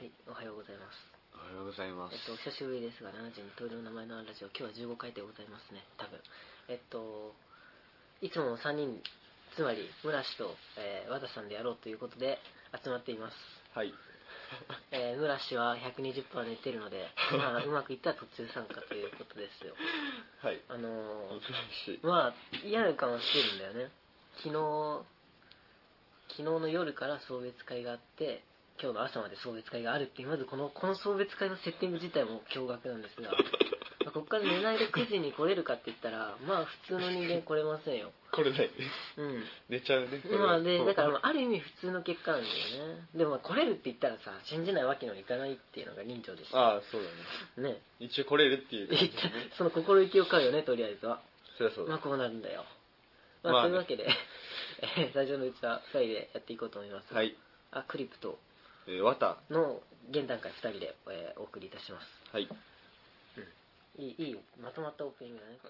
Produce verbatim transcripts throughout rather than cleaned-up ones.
はい、おはようございます。 おはようございます。 えっと、久しぶりですが、ななじゅうに通りの名前のあるラジオ、今日はじゅうごかいでございますね、多分。えっと、いつものさんにん、つまり、村氏と、えー、和田さんでやろうということで集まっています。 はい。 えー、村氏は ひゃくにじゅっパーセント 寝てるので、まあ、うまくいったら途中参加ということですよ。 はい。 あのー、 珍しい。 まあ、嫌な予感はしてるんだよね。昨日、昨日の夜から送別会があって、今日の朝まで送別会があるっていう、まずこのこの送別会のセッティング自体も驚愕なんですが、まあ、ここから寝ないでくじに来れるかって言ったら、まあ普通の人間来れませんよ。 これない。 うん。 寝ちゃうね。これまあで、だからまあある意味普通の結果なんだよね。でも来れるって言ったらさ、信じないわけにはいかないっていうのが人情でした。 ああ、そうだね。 ね。 一応来れるっていう、 ね。その心意気を買うよね、とりあえずは。 そうそう。 まあこうなるんだよ。まあ、 まあね、 というわけで、えー、最初のうちはふたりでやっていこうと思います。 はい。 あ、クリプと、 えー、わたの現段階ふたりで、えー、お送りいたします。 はい。 うん、いい、いいよ。まとまったオープニングだね。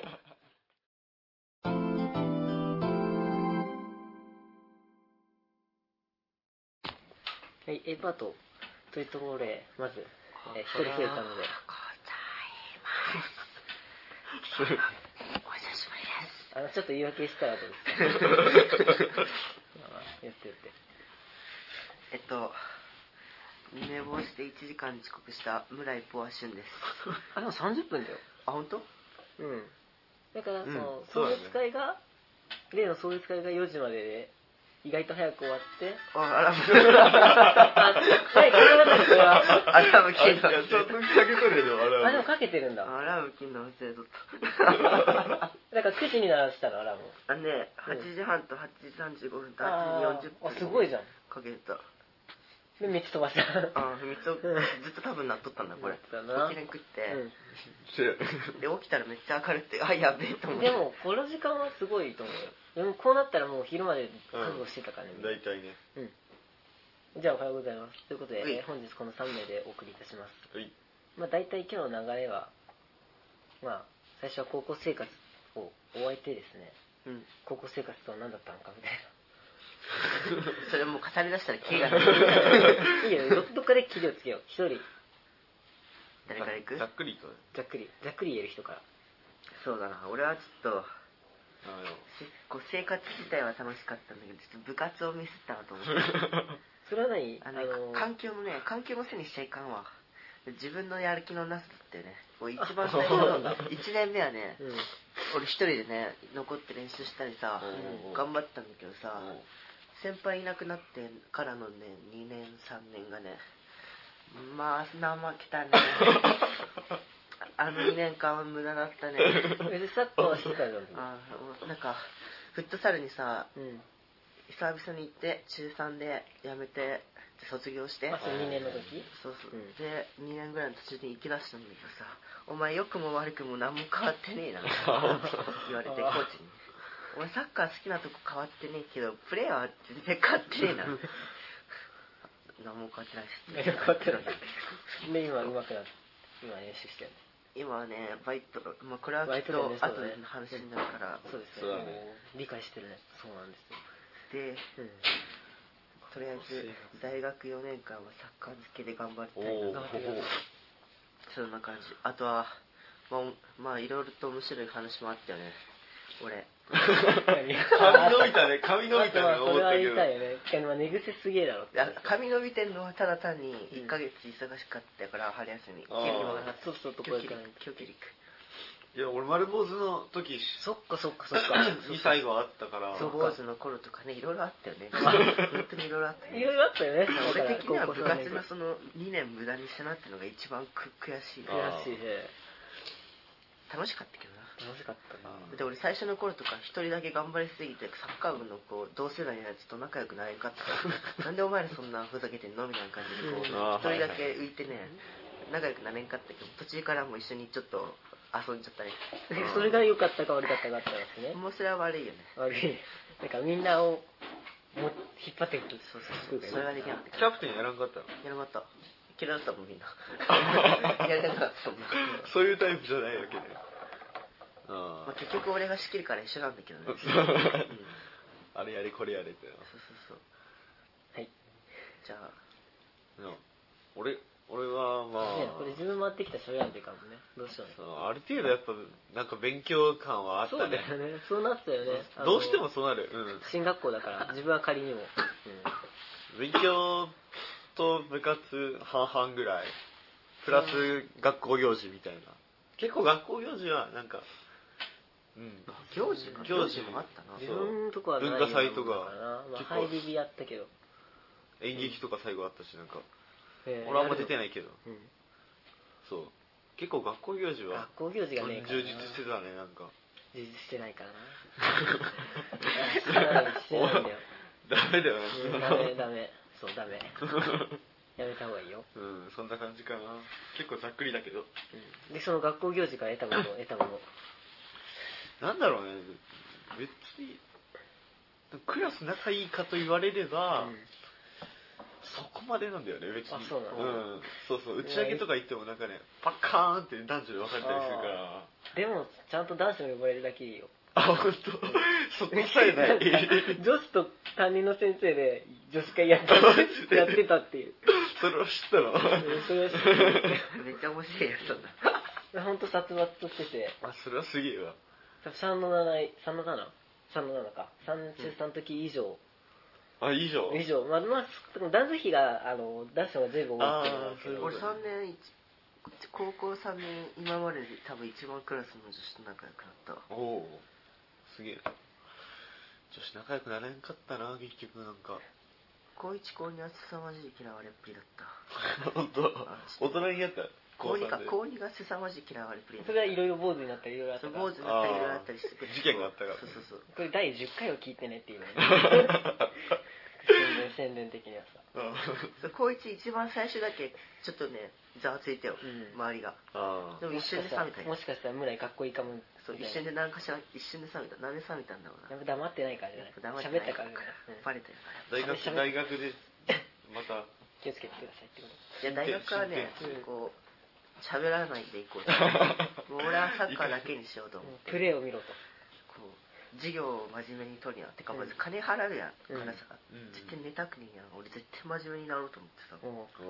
はい、A パートというところで、まず、えー、ひとり増えたので。 お久しぶりです。 あの、ちょっと言い訳したらどうですか。やってやって。 えっと、寝坊していちじかん遅刻した村井ポアシュンです。 あ、でもさんじゅっぷんだよ。 あ、本当？ うん。だから、その、 うん送別会が、例の送別会がよじまでで、意外と早く終わって。 あ、アラーム。 あ、はい、これはこれは。 アラーム切るの。 いや、ちゃんとかけとるよ、あれは。 あ、でもかけてるんだ。 アラーム切るの忘れとっだからくじに鳴らしたの、アラーム。 た。あ、ね、はちじはんとはちじさんじゅうごふんとはちじよんじゅっぷん。 あ、すごいじゃん。 かけてた。 で、みっつ飛ばした。 あ、みっつずっと多分なっとったんだ、これ。 だな。 起きれんくって、 うん、 で、起きたらめっちゃ明るくて、あ、やべえと思って。 でも、この時間はすごいと思うよ。でも、こうなったらもう昼まで覚悟してたからね。 うん、大体ね。 うん。じゃあ、おはようございます。ということで、 はい、 えー、本日このさんめいでお送りいたします。 はい。 まあ、大体今日の流れは、まあ、最初は高校生活を終えてですね、 うん。 高校生活とは何だったのかみたいな。 それもう語り出したらキリがない。 いいよ、どどっかでキリをつけよう。一人。 誰から行く？ ざっくりと。 ざっくり。ざっくり言える人から。 そうだな、俺はちょっと、 あのこう生活自体は楽しかったんだけど、ちょっと部活をミスったなと思って。 それは何？ あの、 あのー、 環境のね、環境のせいにしちゃいかんわ。自分のやる気のなさだったよね。もう一番最初のいちねんめはね、 うん、 俺一人でね、残って練習したりさ、頑張ったんだけどさ、先輩いなくなってからのね、にねんさんねんがね、まあ怠けたね。あのにねんかんは無駄だったね。 別にサッカーはしてたじゃん。 あなんかフットサルにさ、 うん、 久々に行って中さんで辞めて卒業して、 あ、それにねんの時？ そうそう、 うん、 でにねんぐらいの途中で行き出したんだけどさ、お前良くも悪くも何も変わってねえな言われて、コーチに、お前サッカー好きなとこ変わってねえけどプレーは全然変わってねえな何も変わってないし、 変わってないで、今上手くなって今練習してる。 今はね、バイト、まあ、これはきっと後で話になるから、 そうですね、理解してるね。そうなんですよ。 で、うん、とりあえず大学よねんかんはサッカー漬けで頑張りたいな。そんな感じ。あとはまあ、まあいろいろと面白い話もあったよね、俺。 髪伸びたね、髪伸びたね。 それは言いたいよね。寝癖すげえだろって。 髪伸びてんのはただ単にいっかげつ忙しかったから、春休み。 そうそう、とこ行かない。 今日キリク。 いや、俺丸坊主の時、 そっかそっかそっか。 にさいはあったから。 そう、坊主の頃とかね、いろいろあったよね。本当にいろいろあったね。 いろいろあったよね。 俺的には部活のそのにねん無駄にしたなっていうのが一番く悔しい。 悔しいね。 楽しかったけどな。 楽しかったな。 で、俺最初の頃とか一人だけ頑張りすぎてサッカー部のこう同世代のやつと仲良くなれんかったなんでお前らそんなふざけてんのみたいな感じでこう一人だけ浮いてね、仲良くなれんかったけど、途中からも一緒にちょっと遊んじゃったり。 それが良かったか悪かったかあったんですね。 もうそれは悪いよね。 悪い。なんかみんなをも引っ張っていくと。 そうそうそう。それはできなかった。 キャプテンやらんかったの？ やらなかった。嫌いだったもんみんな。やりたくなかったもんな。 そういうタイプじゃないわけで。 あまあ、結局俺が仕切るから一緒なんだけどね。うん、 あれやれこれやれって。 そうそうそう。 はい。 じゃあ、 の回ってきたらそれやんといかんもんね。どうしようね。 そうある程度やっぱなんか勉強感はあったそうだね。 よね。そうなったよね。 どうしてもそうなる。うん。 進学校だから自分は仮にも。 うん、勉強と部活半々ぐらい。プラス学校行事みたいな。結構学校行事はなんか、うん。 行事か行事もあったな。 自分のとこはない文化祭とか。 まあ、入り火やったけど。 演劇とか最後あったし、なんか。 えー、 俺あんま出てないけど。 うん。 そう。結構学校行事は。 学校行事がねえからな。 充実してたね、なんか。 充実してないからな。してない、してないんだよ。 ダメだよね。 ダメ、ダメ。そう、ダメ。やめた方がいいよ。 うん、そんな感じかな。結構ざっくりだけど。 うん、で、その学校行事から得たもの、得たもの。 なんだろうね。別に、クラス仲いいかと言われれば、うん、そこまでなんだよね、別に。 あ、そうなの、 うん。そうそう。打ち上げとか行ってもなんかね、パッカーンって男女で分かれたりするから。 でも、ちゃんと男子も呼ばれるだけいいよ。 あ、ほんと。そこさえない。 女子と担任の先生で女子会やってやってたっていう。 それは知ったの。 それは知ってる。 めっちゃ面白いやつなんだ。 ほんと殺伐としてて。 あ、それはすげえわ。 さんのなな、さんのなな さんのななか。さん中さんの時以上。 あ、以上以上。まあ、まあ、男女比が、あの、男子が全部多いっていうのだけど。 俺さんねん、高校さんねん、今までで多分一番クラスの女子と仲良くなったわ。 おお。すげえ。女子仲良くなれんかったな、結局なんか。 高いち高には凄まじい嫌われっぷりだった。 本当。大人になった。 高にか、高にが凄まじい嫌われっぷりだった。 それはいろいろ坊主になったりいろいろあったから。 坊主になったりいろいろあったりして。 事件があったから。 そうそうそう。 これだいじゅっかいを聞いてねっていうのね。宣伝的にはさ。 そう高一一番最初だけちょっとねざわついたよ、うん、周りが。 あでも一瞬で冷めたよ。 もしかしたら村井かっこいいかも。 そう一瞬で何かしら一瞬で冷めた。なんで冷めたんだろうな。 やっぱ黙ってないからじゃない。喋ったからじゃない。 バレたよ。 大学大学でまた気をつけてくださいってこと。 いや大学はねこう喋らないでいこうと。もう俺はサッカーだけにしようと思って。 プレーを見ろと。 こう授業を真面目に取りやってかまず金払うやんからさ、絶対寝たくねえやん。俺絶対真面目になろうと思ってさ。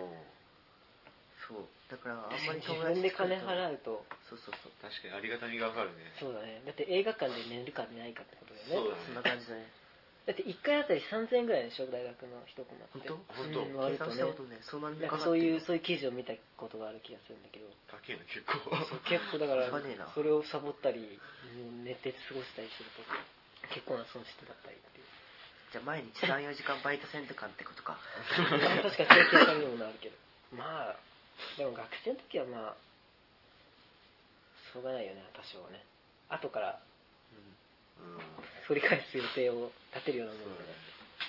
そうだからあんまり自分で金払うと。 そうそうそう。 確かにありがたみがわかるね。 そうだね。だって映画館で寝るか寝ないかってことだよね。 そうだね。 そんな感じだね。 だっていっかいあたりさんぜんえんぐらいでしょ、大学の一コマって。 本当？ 本当。 うん、計算したことね。そんなになんかそういうそういう記事を見たことがある気がするんだけど。 高いな結構。 そう結構だからそれをサボったり寝て過ごしたりすると結構な損失だったりっていう。 じゃあ毎日さん、よじかんバイトせんとかってことか。 確かにそういう計算にもなるけど。まあでも学生の時はまあしょうがないよね、多少はね。後から取り返す予定を立てるようなものでね。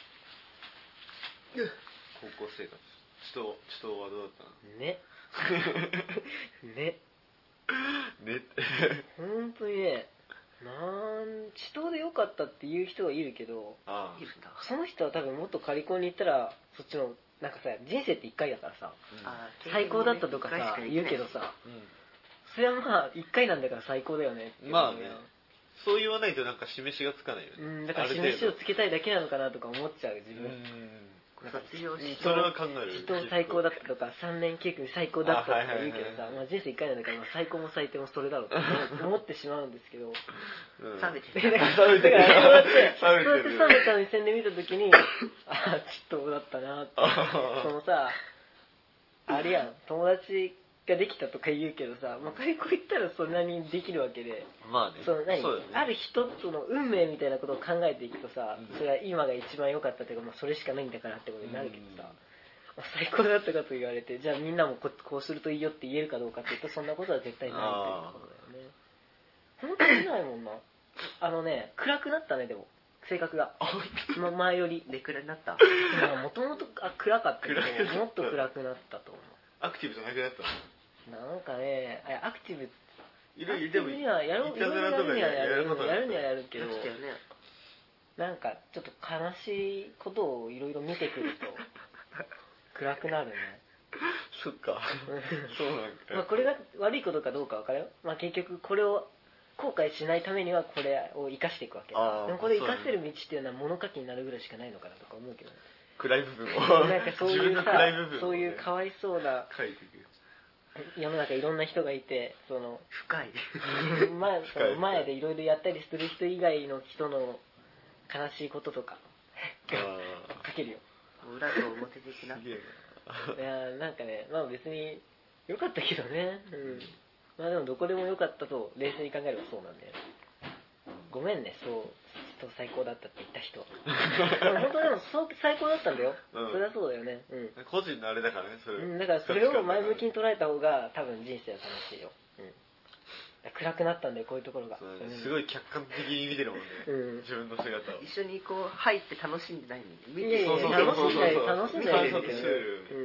高校生活地頭地頭はどうだったの？ ねねねって本当にね、なん地頭でよかったっていう人はいるけど、 ああその人は多分もっと仮校に行ったらそっちのなんかさ、人生っていっかいだからさ、うん、最高だったとかさ言うけどさ、うん、それはまあいっかいなんだから最高だよねって。 まあね、そう言わないとなんか示しがつかないよね。 うん、だから示しをつけたいだけなのかなとか思っちゃう自分。 卒業しそれは考える。 人最高だったとかさんねん経験最高だったとか言うけどさ、まあ人生いっかいなんだから、まあ、最高も最低もそれだろうと思ってしまうんですけど、 冷めてる。 だから冷めてる。そうやって冷めた目線で見たときに、ああちょっとだったなって。そのさ、あれやん、友達ができたとか言うけどさ、まあ、仮校行ったらそんなにできるわけで、 まあね、 その何そうだよね、 ある人との運命みたいなことを考えていくとさ、うん、それは今が一番良かったというか、まあ、それしかないんだからってことになるけどさ、うんまあ、最高だったかと言われて、じゃあみんなも こ, こうするといいよって言えるかどうかっていうと、そんなことは絶対ないということだよね。本当にないもんな。あのね、暗くなったね、でも性格が、ま、前よりで暗くなった。 もともと暗かったけど、もっと暗くなったと思う。 アクティブじゃなくなったの？ なんかね、アクティブいるアクティブにはやろう、いろいろやるにはやる、やるにはやるけど、なんかちょっと悲しいことをいろいろ見てくると暗くなるね。 そっか。そうなんか。 まあこれが悪いことかどうか分からよ。まあ結局これを後悔しないためにはこれを生かしていくわけ。でもこれ生かせる道っていうのは物書きになるぐらいしかないのかなとか思うけど、ね。 暗い部分を。 なんかそういうさ、そういうかわいそうな。 書いていく。 世の中いろんな人がいて、その深い前その前でいろいろやったりする人以外の人の悲しいこととか書けるよ。 裏と表的な。 すげえいやなんかね、まあ別に良かったけどね、うん、まあでもどこでも良かったと冷静に考えればそうなんだよね。ごめんね、そうそう最高だったって言った人本当でもそう最高だったんだよ、うん、それはそうだよね、うん、 個人のあれだからねそれ、 うん、だからそれを前向きに捉えた方が多分人生は楽しいよ、うん、暗くなったんだよこういうところが、 そう、ね、すごい客観的に見てるもんね、うん、自分の姿を一緒にこう入って楽しんでないのに見て、いやいや楽しんで楽しんでないですよね、うん、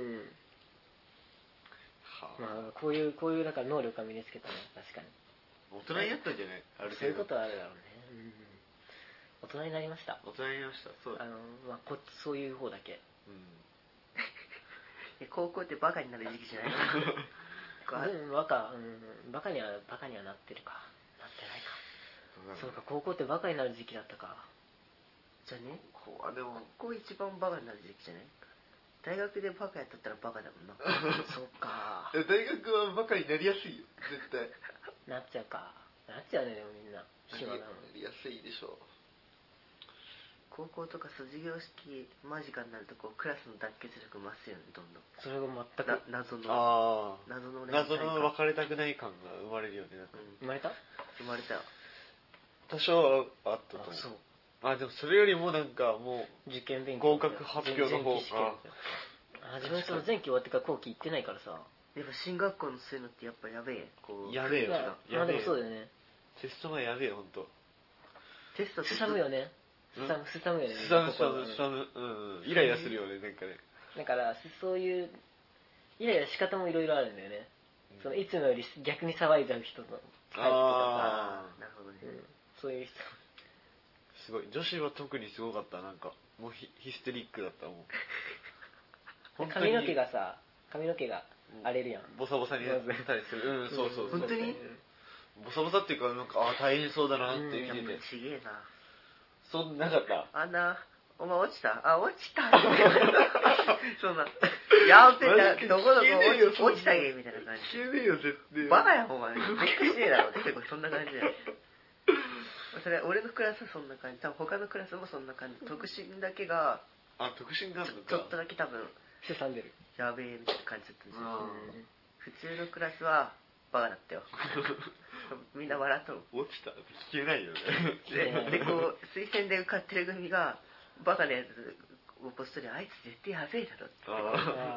まあこういうこういうなんか能力が身につけたね、確かに大人になったんじゃない、ある程度そういうことはあるだろうね、うん大人になりました。 大人になりました。そう。 あのまあこそういう方だけ。うん。 高校ってバカになる時期じゃないか。うんバカうんバカにはバカにはなってるかなってないか。そうか高校ってバカになる時期だったか。 じゃあね。 ここはでも高校一番バカになる時期じゃない？大学でバカやっとったらバカだもんな。 そっか。 大学はバカになりやすいよ絶対。 なっちゃうか。なっちゃうねでもみんな。 暇だもん。なりやすいでしょう。 高校とか卒業式間近になるとこうクラスの団結力増すよねどんどん。 それが全く謎のあ謎の謎の別れたくない感が生まれるよね。 うん、生まれた？ 生まれたよ。 多少あったと思う。あ、そう。あでもそれよりもなんかもう受験勉強合格発表の方が。 あ自分その前期終わってから後期行ってないからさ。 やっぱ進学校のそういうのってやっぱやべえ。こうやべえよ。 まあでもそうだよね。 テストがやべえよ本当。 テストってすさむよね。すさむ、すさむよね。 すさむ、すさむ、すさむ。うん。イライラするよね、なんかね。 だから、そういう、イライラ仕方もいろいろあるんだよね。うん、そのいつもより逆に騒いじゃう人のタイプとかさ。 ああ、なるほどね、うん。 そういう人。 すごい。女子は特にすごかった。なんか、もうヒヒステリックだったもん。 髪の毛がさ、髪の毛が荒れるやん。 ボサボサになったりする。うん、そうそうそう。 本当にボサボサっていうか、なんか、ああ、大変そうだなって見てて。 ちげえな。 そんななかった。 あんな、お前落ちたあ、落ちたそんな、やべえ、どこどこ落ちたげみたいな感じ。 消えねえよ、絶対。 バカやん、お前。びっくりしてえだろって、結構そんな感じだよ。それ、俺のクラスはそんな感じ。多分他のクラスもそんな感じ。特進だけが、 あ、特進があるのか。 ちょっとだけ多分、 すさんでる。 やべえ、みたいな感じだったんですよ。普通のクラスは、バカだったよ。みんな笑ったの。 落ちた聞けないよね。 で、でこう、推薦で受かってる組が、バカなやつをポストに、あいつ絶対やべえだろって。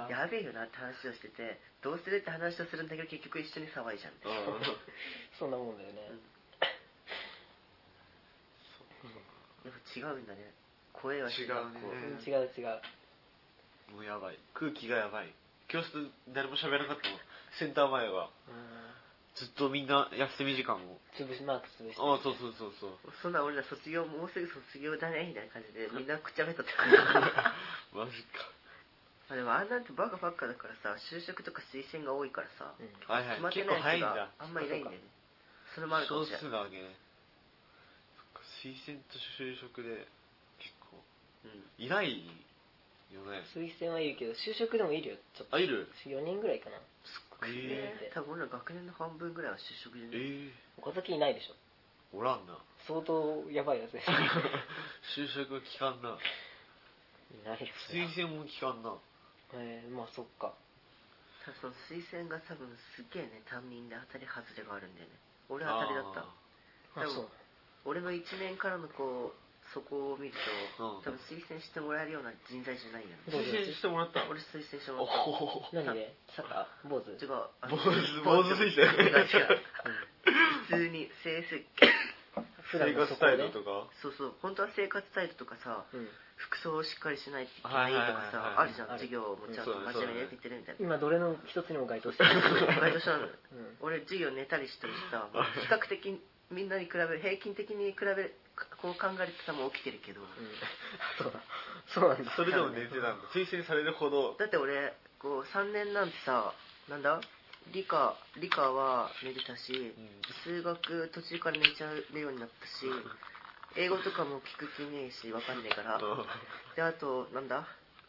やべえよなって話をしてて、どうするって話をするんだけど、結局一緒に騒いじゃん。 そんなもんだよね。 やっぱ違うんだね。声は違うね。 違う違う。 もうやばい。空気がやばい。教室誰も喋らなかったもん。センター前は。ずっとみんな休み時間を潰しマーク潰して、 ああそうそうそうそうそんな俺ら卒業もうすぐ卒業だねみたいな感じでみんなくちゃべっとってマジか。 あでもあんなんてバカばっかだからさ就職とか推薦が多いからさ、うん、 はいはい、結構早いんだ。 あんまいないんだよね。それもあるかもしれない。 少数なわけね。推薦と就職で結構、うん、いないよね。 推薦はいるけど就職でもいるよちょっと。 あいるよにんぐらいかな。 えー、多分俺ら学年の半分ぐらいは就職じゃない。 えー、 岡崎いないでしょ。 おらんな。 相当やばいやつでしょ。 就職は聞かんな。 いないよ。 推薦も聞かんな。 えー、まあそっか。 その推薦が多分すげえね担任で当たり外れがあるんだよね。俺は当たりだった。多分俺のいちねんからのこうそこを見ると、うん、多分推薦してもらえるような人材じゃないよね。 推薦してもらった俺推薦してもらった。 何でサッカー坊主違う。 坊主、坊主推薦違う違う。普通に成績生活態度とかそうそう、本当は生活態度とかさ、うん、服装をしっかりしないといけないとかさ、あるじゃん。授業もちゃんと真面目にやってるみたいな。 今どれの一つにも該当してる。 該当したの、うん、俺授業寝たりしてるしさ、比較的みんなに比べる平均的に比べるこう考えてたも起きてるけど、うん、 そうだそうなんだ。 それでも寝てたんだ。推薦されるほど。 だって俺こうさんねんなんてさ、なんだ理科理科は寝てたし、うん、数学途中から寝ちゃうようになったし、英語とかも聞く気ねえし分かんねえからであとなんだ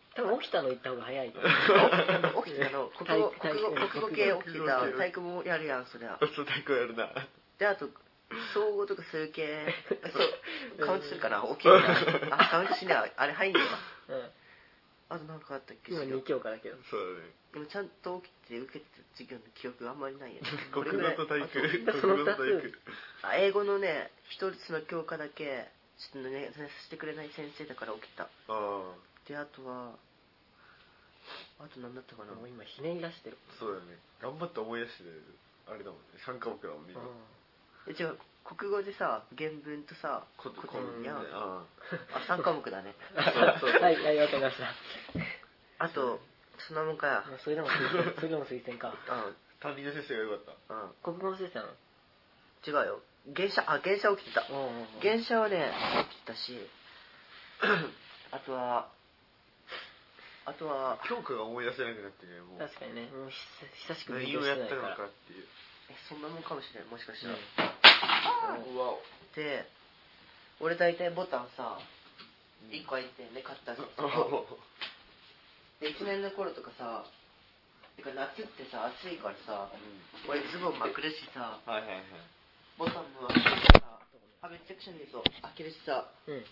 多分起きたの行った方が早いと起きてたの国語体国語体国語系起きてた国語系体育もやるやんそりゃそう太鼓やるな。 であと総合とか数系そうカウントするかな起きるなあカウントしねえあれ入んねえわうんあと何かあったっけ今に教科だけどそうだね。 でもちゃんと起きて受けてた授業の記憶があんまりないよね国語と体育。 あと国語と体育。 あ英語のね一つの教科だけちょっとねさせてくれない先生だから起きたああ。 であとはあと何だったかなもう今ひねり出してるそうだね。頑張って思い出してる。あれだもんね。さん科目だもんね。今え違う国語でさ原文とさこ古こんね。 典やんああさん科目だねそうそうはいはいわかりましたあとそんなもんかやもうそれでも推薦それでも推薦かうあ。担任の先生が良かった。 んうん国語の先生なの違うよ原写あ原写起きてたうんうんうん原写はね起きてたしあとはあとは教科が思い出せなくなってね、もう。 確かにねもう久しく勉何強をやってたのしないからかっていう。 えそんなもんかもしれんもしかしたら、 うわお。 で俺大体ボタンさいっこ開いてね買ったんですよでいちねんの頃とかさてか夏ってさ暑いからさ俺ズボンまくるしさはいはいはい。 ボタンも開けるしさあめっちゃくちゃねそう開けるしさうん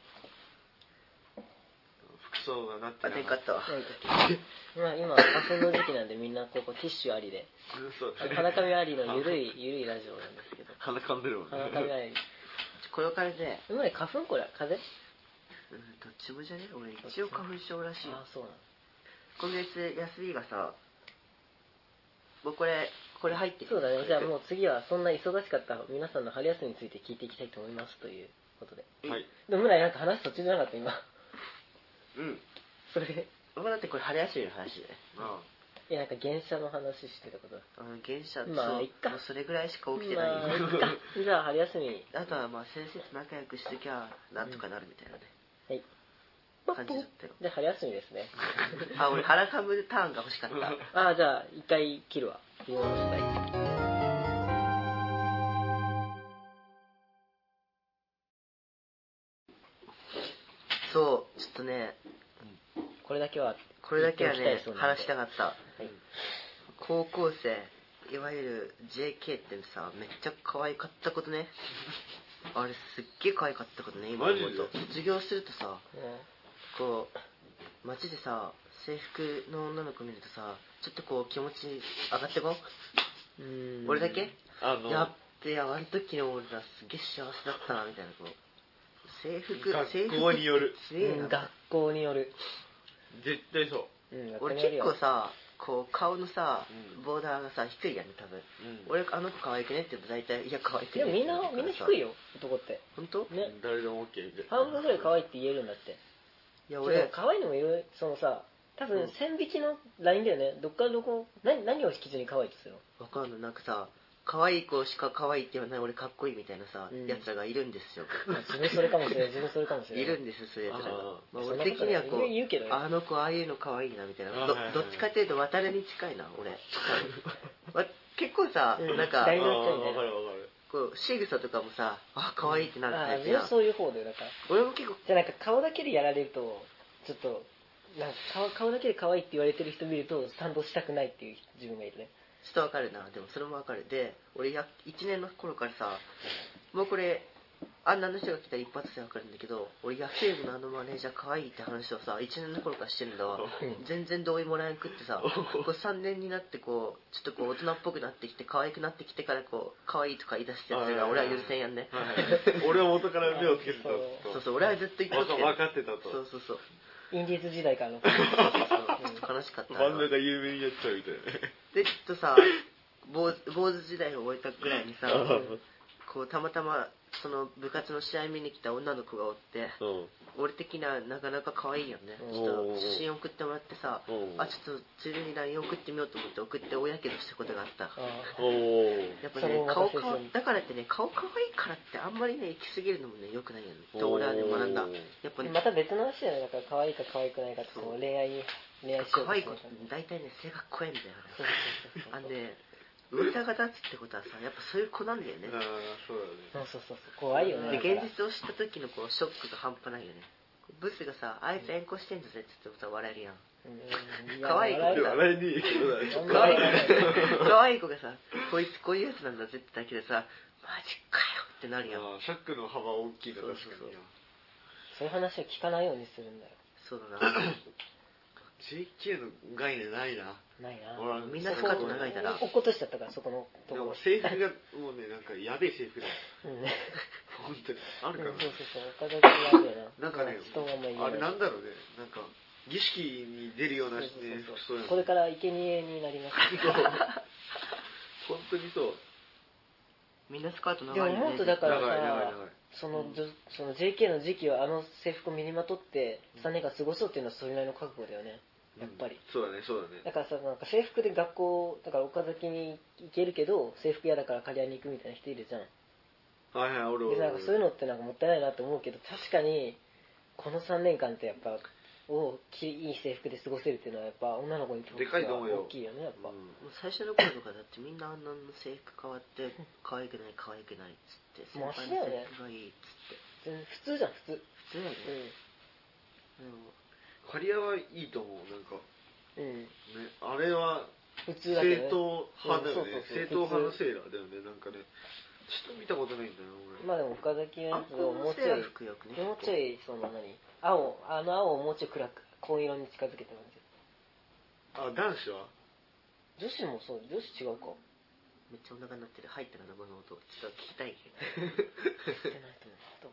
服装がなってあでんかったわない時まあ今花粉の時期なんでみんなここティッシュありでそう鼻かみありのゆるいゆるいラジオなんですけど鼻かんでるもんね。 鼻かみありこの感じでうまい花粉これ風邪うんどっちもじゃね俺一応花粉症らしいよああそうなの今月休みがさもうこれこれ入ってるそうだねじゃあもう次はそんな忙しかった皆さんの春休みについて聞いていきたいと思いますということではい。 でも村井なんか話途中じゃなかった今うんそれまあだってこれ春休みの話であいやなんか原車の話してたことあの原車そうまあいっかもうそれぐらいしか起きてないよ、 まあいっかじゃあ春休みあとはまあ先生と仲良くしときゃなんとかなるみたいなね、 はい感じだったよじゃあ春休みですねあ俺腹かぶターンが欲しかったああじゃあ一回切るわ見直したいそうちょっとねこれだけはこれだけはね言っておきたいそうなんで話したかったはい高校生いわゆる ジェーケー ってさめっちゃ可愛かったことねあれすっげえ可愛かったことね今思うマジでと卒業するとさねこう街でさ制服の女の子見るとさちょっとこう気持ち上がってこうーん俺だけあの、 やっべあの時の俺らすげえ幸せだったなみたいなこう制服制服学校による。 強えなうん学校による絶対そうん学校俺結によるよ構さこう顔のさうんボーダーがさ低いやん多分う。うん。 俺あの子可愛くねって言うと大体いや可愛くねでもみんなみんな低いよよ男って本当ね誰でも OK みたいな。 半分ぐらい可愛いって言えるんだってでもいや俺可愛いのもいるそのさ多分線引きのラインだよねどっからどこ何何を引きずに可愛いとするのわかんないなんかさ可愛い子しか可愛いって言わない俺かっこいいみたいなさ、 うんやつらがいるんですよ自分それかもしれない自分それかもしれないいるんですよそういうやつらがあまあ、 そんな俺的にはこうことない言うけどねあの子ああいうの可愛いなみたいなどあはいはいどっちかっていうと渡るに近いな俺わ結構さ、 うんなんか大あ学みたいなあ、わかるわかる。 こう仕草とかもさあ可愛いってなるああタイプやん自分そういう方だよだから俺も結構じゃあなんか顔だけでやられるとちょっとなんか顔顔だけで可愛いって言われてる人見ると賛同したくないっていう自分がいるねちょっとわかるなでもそれもわかるで俺やいちねんの頃からさもうこれあんなの人が来たら一発でわかるんだけど俺野球部のあのマネージャー可愛いって話をさいちねんの頃からしてるんだわうん全然同意もらえんくってさこうさんねんになってこうちょっとこう大人っぽくなってきて可愛くなってきてからこう可愛いとか言い出したやつが俺は許せんやんねはいはい俺は元から目をつけてたそうそう俺はずっと言っとって分かってたと。 そうそうそうインディーズ時代からのちょっと悲しかったなバンドが有名になっちゃうみたいなね。 でちょっとさ坊主坊主時代を終えたぐらいにさこうたまたまその部活の試合見に来た女の子がおってうん。 俺的にはなかなか可愛いよねうんちょっと写真送ってもらってさうんあちょっとついでに ライン 送ってみようと思って送って大やけどしたことがあったあおー。 やっぱそれをね顔また青春かだからってね顔可愛いからってあんまりね行き過ぎるのもね良くないよねと俺はね学んだおーやっぱねまた別の話だよねだから可愛いか可愛くないかってその恋愛に恋愛しようと可愛い子ってしてる感じ大体ね背が濃いんだよねそうそうそうそうあのね歌が立つってことはさやっぱそういう子なんだよねああ、そうだね。 そうそうそうそう怖いよねでだから現実を知った時のこうショックが半端ないよねブスがさ、あいつ援護してんだぜって言ってさ、笑えるやん。 うん可愛い子でも笑えねえけどな。 可愛い子可愛い子がさ、こいつこういうやつなんだぜってだけでさ、マジかよってなるやん。 あーシャックの幅大きいの確かに。 そうそうそうそういう話を聞かないようにするんだよ。 そうだな。 ジェイケー の概念ないな。 ないな。 ほらみんなスカート長いから落っことしちゃったから、そこのとでもころ。 制服がもうね、なんかやべえ制服だよ。 うん。 本当に。あるかうん、 なそうそうそう。岡崎やべえな。 なんかね、 人があんま言えない。 あれなんだろうね。なんか、儀式に出るようなね、 そうそうそう服装やんこれから生贄になります。 本当にそう。 みんなスカート長でもいよね。 思うとだから長い長いさ長い、 その、じょその ジェイケー の時期はあの制服を身にまとってさんねんかん過ごそうっていうのはそれなりの覚悟だよね。やっぱり。 うんそうだね、そうだね。 だからさ、なんか制服で学校、だから岡崎に行けるけど、制服嫌だから借り屋に行くみたいな人いるじゃん。 はいはい、俺で、 俺。 なんかそういうのってなんかもったいないなって思うけど、確かに、このさんねんかんってやっぱ、をきいい制服で過ごせるっていうのはやっぱ女の子にとってでかいと思うよは大きいよね、やっぱ。 うんもう最初の頃とかだってみんなあんなの制服変わって可愛くない可愛くないっつって先もう輩の足だよね制服がいいっつって全然普通じゃん、普通。 普通やね、 カリアはいいと思う、なんか。 うん。うん。 ね、あれは、 普通だけどね。 正統派だよねうんそうそうそう。 正統派のセーラーだよね、なんかね。ちょっと見たことないんだよな、俺。 まあでも岡崎のやつをもうちょい、 あんこのセーラー服よくねもうちょい、その何青、あの青をもうちょい暗く、紺色に近づけて感じ。 あ、男子は女子もそう、女子違うか。 めっちゃお腹になってる。入ったかな、この音。ちょっと聞きたいけしてないと思う。どう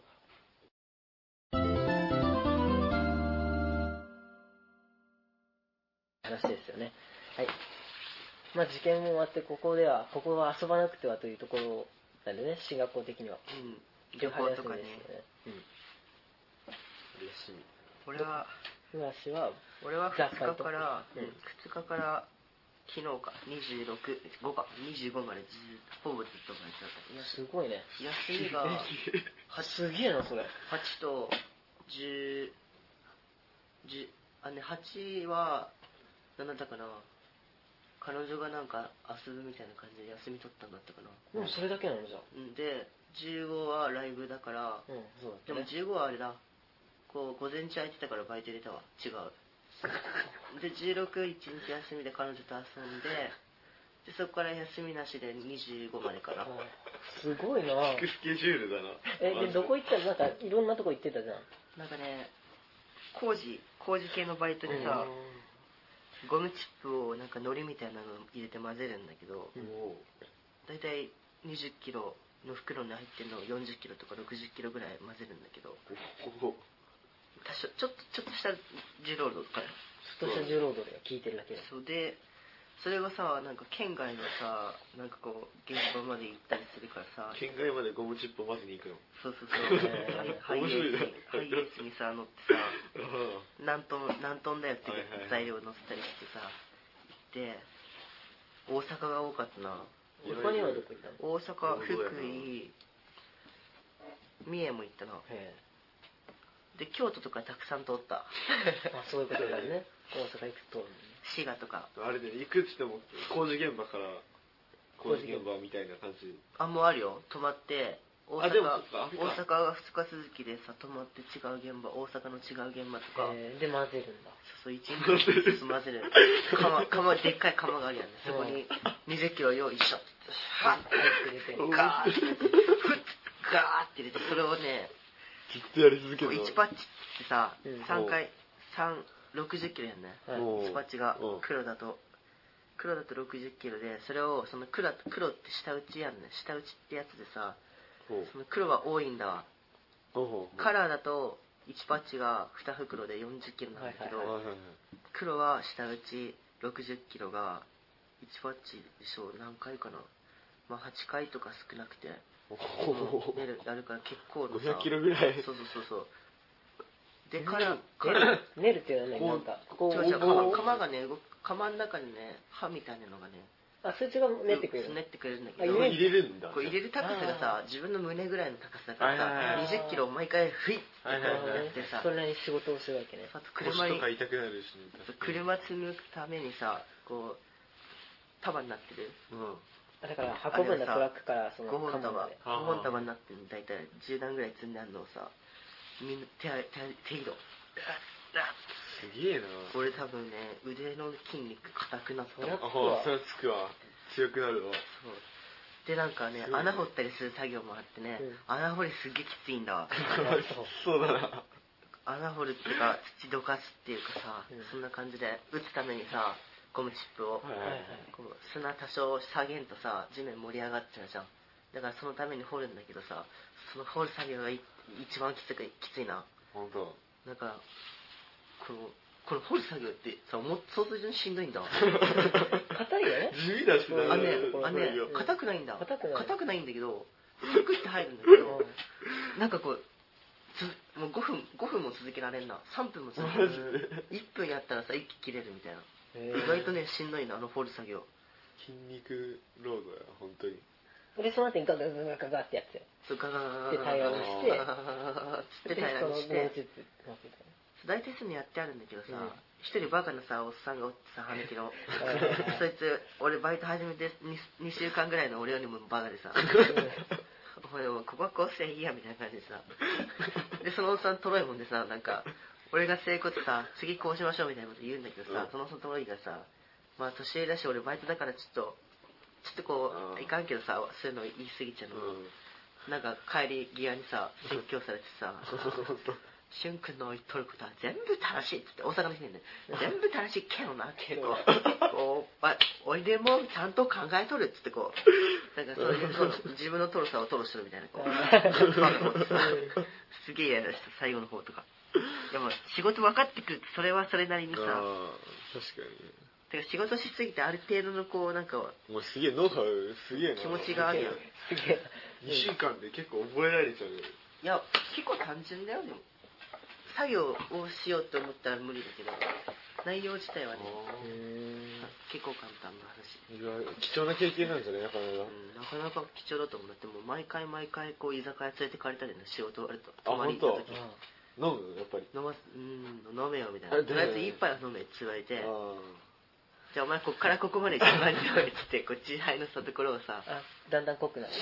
話ですよね。はい。まあ受験も終わって、ここでは、ここは遊ばなくてはというところなんでね、進学校的には。 うん。 今日旅行とかね。 ですよね。 嬉しみ。 俺は、 うん。東は、 俺はふつかから、 うんふつかから昨日か、にじゅうろく、ごか、にじゅうごまでずっと、ほぼずっとバイトだった。いやすごいね。 休みが、 すげえな、それ。 はちとじゅう、じゅう、あ、ね、はちは、何だったかな。彼女がなんか遊ぶみたいな感じで休み取ったんだったかな。 でもそれだけなのじゃあ。 うんで、じゅうごはライブだから、 うん、そうでもだったね。 じゅうごはあれだ。こう、午前中空いてたからバイト入れたわ。違う。で、じゅうろく、いちにち休みで彼女と遊んで、で、そこから休みなしでにじゅうごまでかな。 すごいなビッグスケジュールだな。 え、で、 マジどこ行ったら、なんか、いろんなとこ行ってたじゃん。 なんかね、工事、工事系のバイトでさ、ゴムチップをなんか海苔みたいなの入れて混ぜるんだけど、 もだいたいにじゅっキロの袋に入ってるのをよんじゅっキロとかろくじゅっキロぐらい混ぜるんだけど、 う、お多少ちょっとちょっとした重労働とかよ。 ちょっとした重労働で聞いてるだけで。 そうで、それがさ、なんか県外のさ、なんかこう現場まで行ったりするからさ、 県外までゴムチップを混ぜに行くの。 そうそうそう、 へーハイエースに面白いなハイエースにさ乗ってさ、 あ何トン何トンだよってはいはいはい材料乗せたりしてさ、行って大阪が多かったな。 他にはどこ行ったの？ 大阪、 そうだよな福井、三重も行ったな。 へで、京都とかたくさん通った。 え。あ、そういうことだね。大阪行くと。 滋賀とか。 あれね、行くっつっても工事現場から工事現場みたいな感じ。 あ、もうあるよ。泊まって、大あでも阪、 そっかあれか大阪がふつか続きでさ、泊まって違う現場、大阪の違う現場とか、 へえ、で、混ぜるんだ。 そうそう、一日ずつ混ぜる。釜、釜、でっかい釜があるやんね。そこににじゅっキロ用意しょって言って、はっ入って入れて。 ガーって入れて、ふっガーって入れて、それをね、 ずっとやり続けこうるの。 いちパッチってさうん、 さんかい、さん、ろくじゅっキロやんね。 はいおういちパッチがおう黒だと。黒だとろくじゅっキロで、それを、その黒、黒って下打ちやんね。下打ちってやつでさ、 ほうその黒は多いんだわ。 ほうほうカラーだといちパッチがに袋でよんじゅっキロなんだけど、 はいはいはいはい。 黒は下打ちろくじゅっキロがいちパッチでしょう、何回かな、まあはちかいとか少なくて、 ほうほうほう出るやるから結構のごひゃくキロぐらい。 そうそうそうそうでカラーカ練ラーる練るっていうのはね、 こうなんか、こう、 違う違うこう釜釜がね動く釜の中にね刃みたいなのがねあ、そいつが練ってくれるの。 練ってくれるんだけど、 あ入れ入れるんだ。 こう入れる高さがさ、自分の胸ぐらいの高さだからはいはいはいさ、にじゅっキロを毎回フイッってこうはいはいはいやってさ、 それなりに仕事をするわけね。 あと腰車にとか痛くなるしね。確かに車積むためにさ、こう束になってるうん。 だから運ぶんだ、トラックからそのごほん束カモまで。 ごほん束になってるの大体じゅうだんぐらい積んであるのをさ、 みんな手手手色すげえな。 俺多分ね腕の筋肉硬くなったもん。 あ、それはつくわ。強くなるわ。 そうでなんかね穴掘ったりする作業もあってね、うん、穴掘りすげえきついんだわ。 そうだな。 穴掘るっていうか土どかすっていうかさ、うん、そんな感じで打つためにさゴムチップを、はいはいはい、こう砂多少下げんとさ地面盛り上がっちゃうじゃん。だからそのために掘るんだけどさ、その掘る作業が一番きついきついな。 本当。 だからこのこの掘る作業ってさもう想像以上にしんどいんだ。 硬いよね。 地味だしな。 あねあね硬くないんだ。 硬くない。 硬くないんだけどサクッて入るんだけど、なんかこうつもうごふんごふんも続けられんな。さんぷんも続けられる。いっぷんやったらさ息切れるみたいな。意外とねしんどいなあの掘る作業。 筋肉労働や本当に。 でその後にガガガガガガってやつよ。 そうガガガガで平らにしてつって平らにして大体そういうのやってあるんだけどさ、一、うん、人バカなさおっさんがおってさ羽根のそいつ俺バイト始めて 2, 2週間ぐらいの俺よりもバカでさお前ここはこうしていいやみたいな感じでさでそのおっさんトロいもんでさなんか俺が成功ってさ次こうしましょうみたいなこと言うんだけどさ、うん、そのトロいがさまあ年上だし俺バイトだからちょっとちょっとこういかんけどさそういうの言い過ぎちゃうの、うん、なんか帰り際にさ説教されてさしゅんくんの言っとることは全部正しいっつって大阪の人にね全部正しいけどなってこうこうおいでもちゃんと考えとるっつってこうなんかそういう自分のトロさをトロしとるみたいなこうすげえやらした最後の方とかでも仕事分かってくるそれはそれなりにさ確かにてか仕事しすぎてある程度のこうなんかもうすげえノウハウすげえな気持ちがあるやん。 すげえにしゅうかんで結構覚えられちゃうよ。 いや結構単純だよ。でも作業をしようと思ったら無理だけど内容自体はね結構簡単な話。 いや貴重な経験なんじゃないなかなか、 うん、なかなか貴重だと思う。だってもう毎回毎回こう居酒屋連れてかれたりね仕事終わると泊まり行った時飲むやっぱり飲ますうん飲めよみたいなとりあえず一杯は飲めって言われてじゃあお前こっからここまで一番に飲めって言ってこっち杯のしたところをさあだんだん濃くなる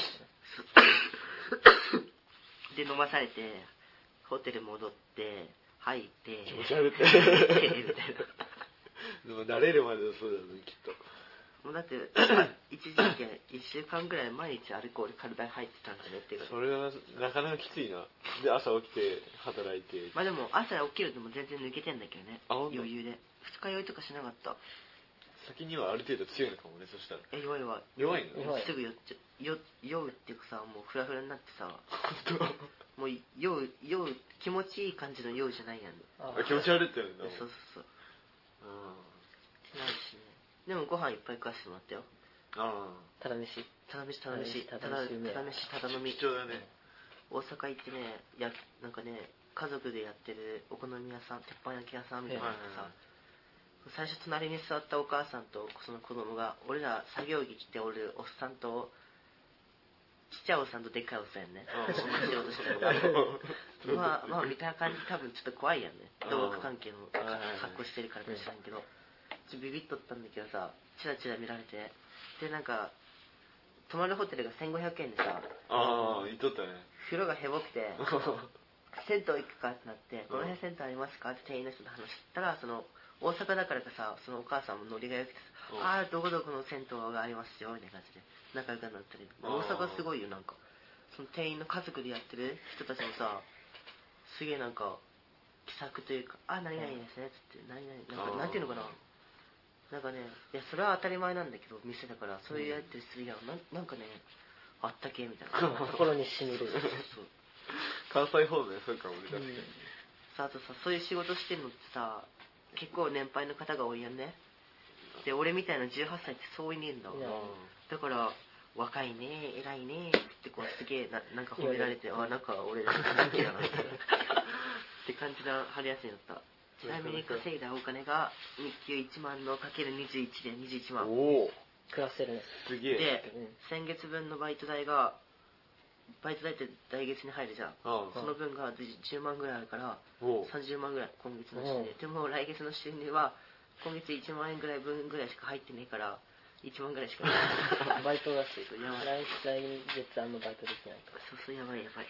で飲まされてホテル戻って入って気持ち悪いってみたいなでも慣れるまではそうだよねきっと。 もうだって一時期いっしゅうかんぐらい毎日アルコール体に入ってたんじゃねっていうかそれはなかなかきついな。で朝起きて働いてまあでも朝起きるとも全然抜けてんだけどね余裕で二日酔いとかしなかった。 先にはある程度強いのかもねそしたら。 え弱い弱い弱いのすぐ酔っちゃよ酔うっていうかさもうフラフラになってさもう酔う酔う気持ちいい感じの酔うじゃないやん。 あ気持ち悪いって言うんだ。 そうそうそうああないしね。でもご飯いっぱい食わせてもらったよ。 ああただ飯ただ飯ただ飯ただただ飯ただ飲み貴重だね。 大阪行ってねやなんかね家族でやってるお好み屋さん鉄板焼き屋さんみたいなのってさ最初隣に座ったお母さんとその子供が俺ら作業着着ておるおっさんとちっちゃいおっさんとでっかいおっさんやんねそんな仕事してるのまあまあ見た感じ多分ちょっと怖いやんね同学関係の格好してるからか知らんけどちょっとビビっとったんだけどさチラチラ見られてでなんか泊まるホテルがせんごひゃくえんでさああ言っとったね風呂がヘボくて銭湯行くかってなって「この辺銭湯ありますか?」って店員の人と話したらその大阪だからかさそのお母さんもノリが良くてさ「ああどこどこの銭湯がありますよ」みたいな感じで仲良くなったり大阪すごいよなんかその店員の家族でやってる人たちもさすげえなんか気さくというか「あ何々ですね」っつって「何々なんかなんていうのかななんかねいやそれは当たり前なんだけど店だからそういうやってするやんななんかねあったけみたいな心にしみるそう関西方面そうかもねだって、うん、 さあとさそういう仕事してるのってさ結構年配の方が多いやんね。で俺みたいなじゅうはっさいってそういねえんだわ。だから若いね偉いねってこうすげえ な, なんか褒められてあなんか俺好きだなって感じの春休みだった。ちなみに稼いだお金が日給いちまんのかけるにじゅういちでにじゅういちまん。 おお暮らせるね。 すげえ。 で、うん、先月分のバイト代がバイト代って来月に入るじゃん。ああその分がじゅうまんぐらいあるからさんじゅうまんぐらい今月の収入。でも来月の収入は今月いちまんえんぐらい分ぐらいしか入ってねえからいちまんぐらいしかないバイトだし来月あんまバイトできないとかそうそうやばいやばい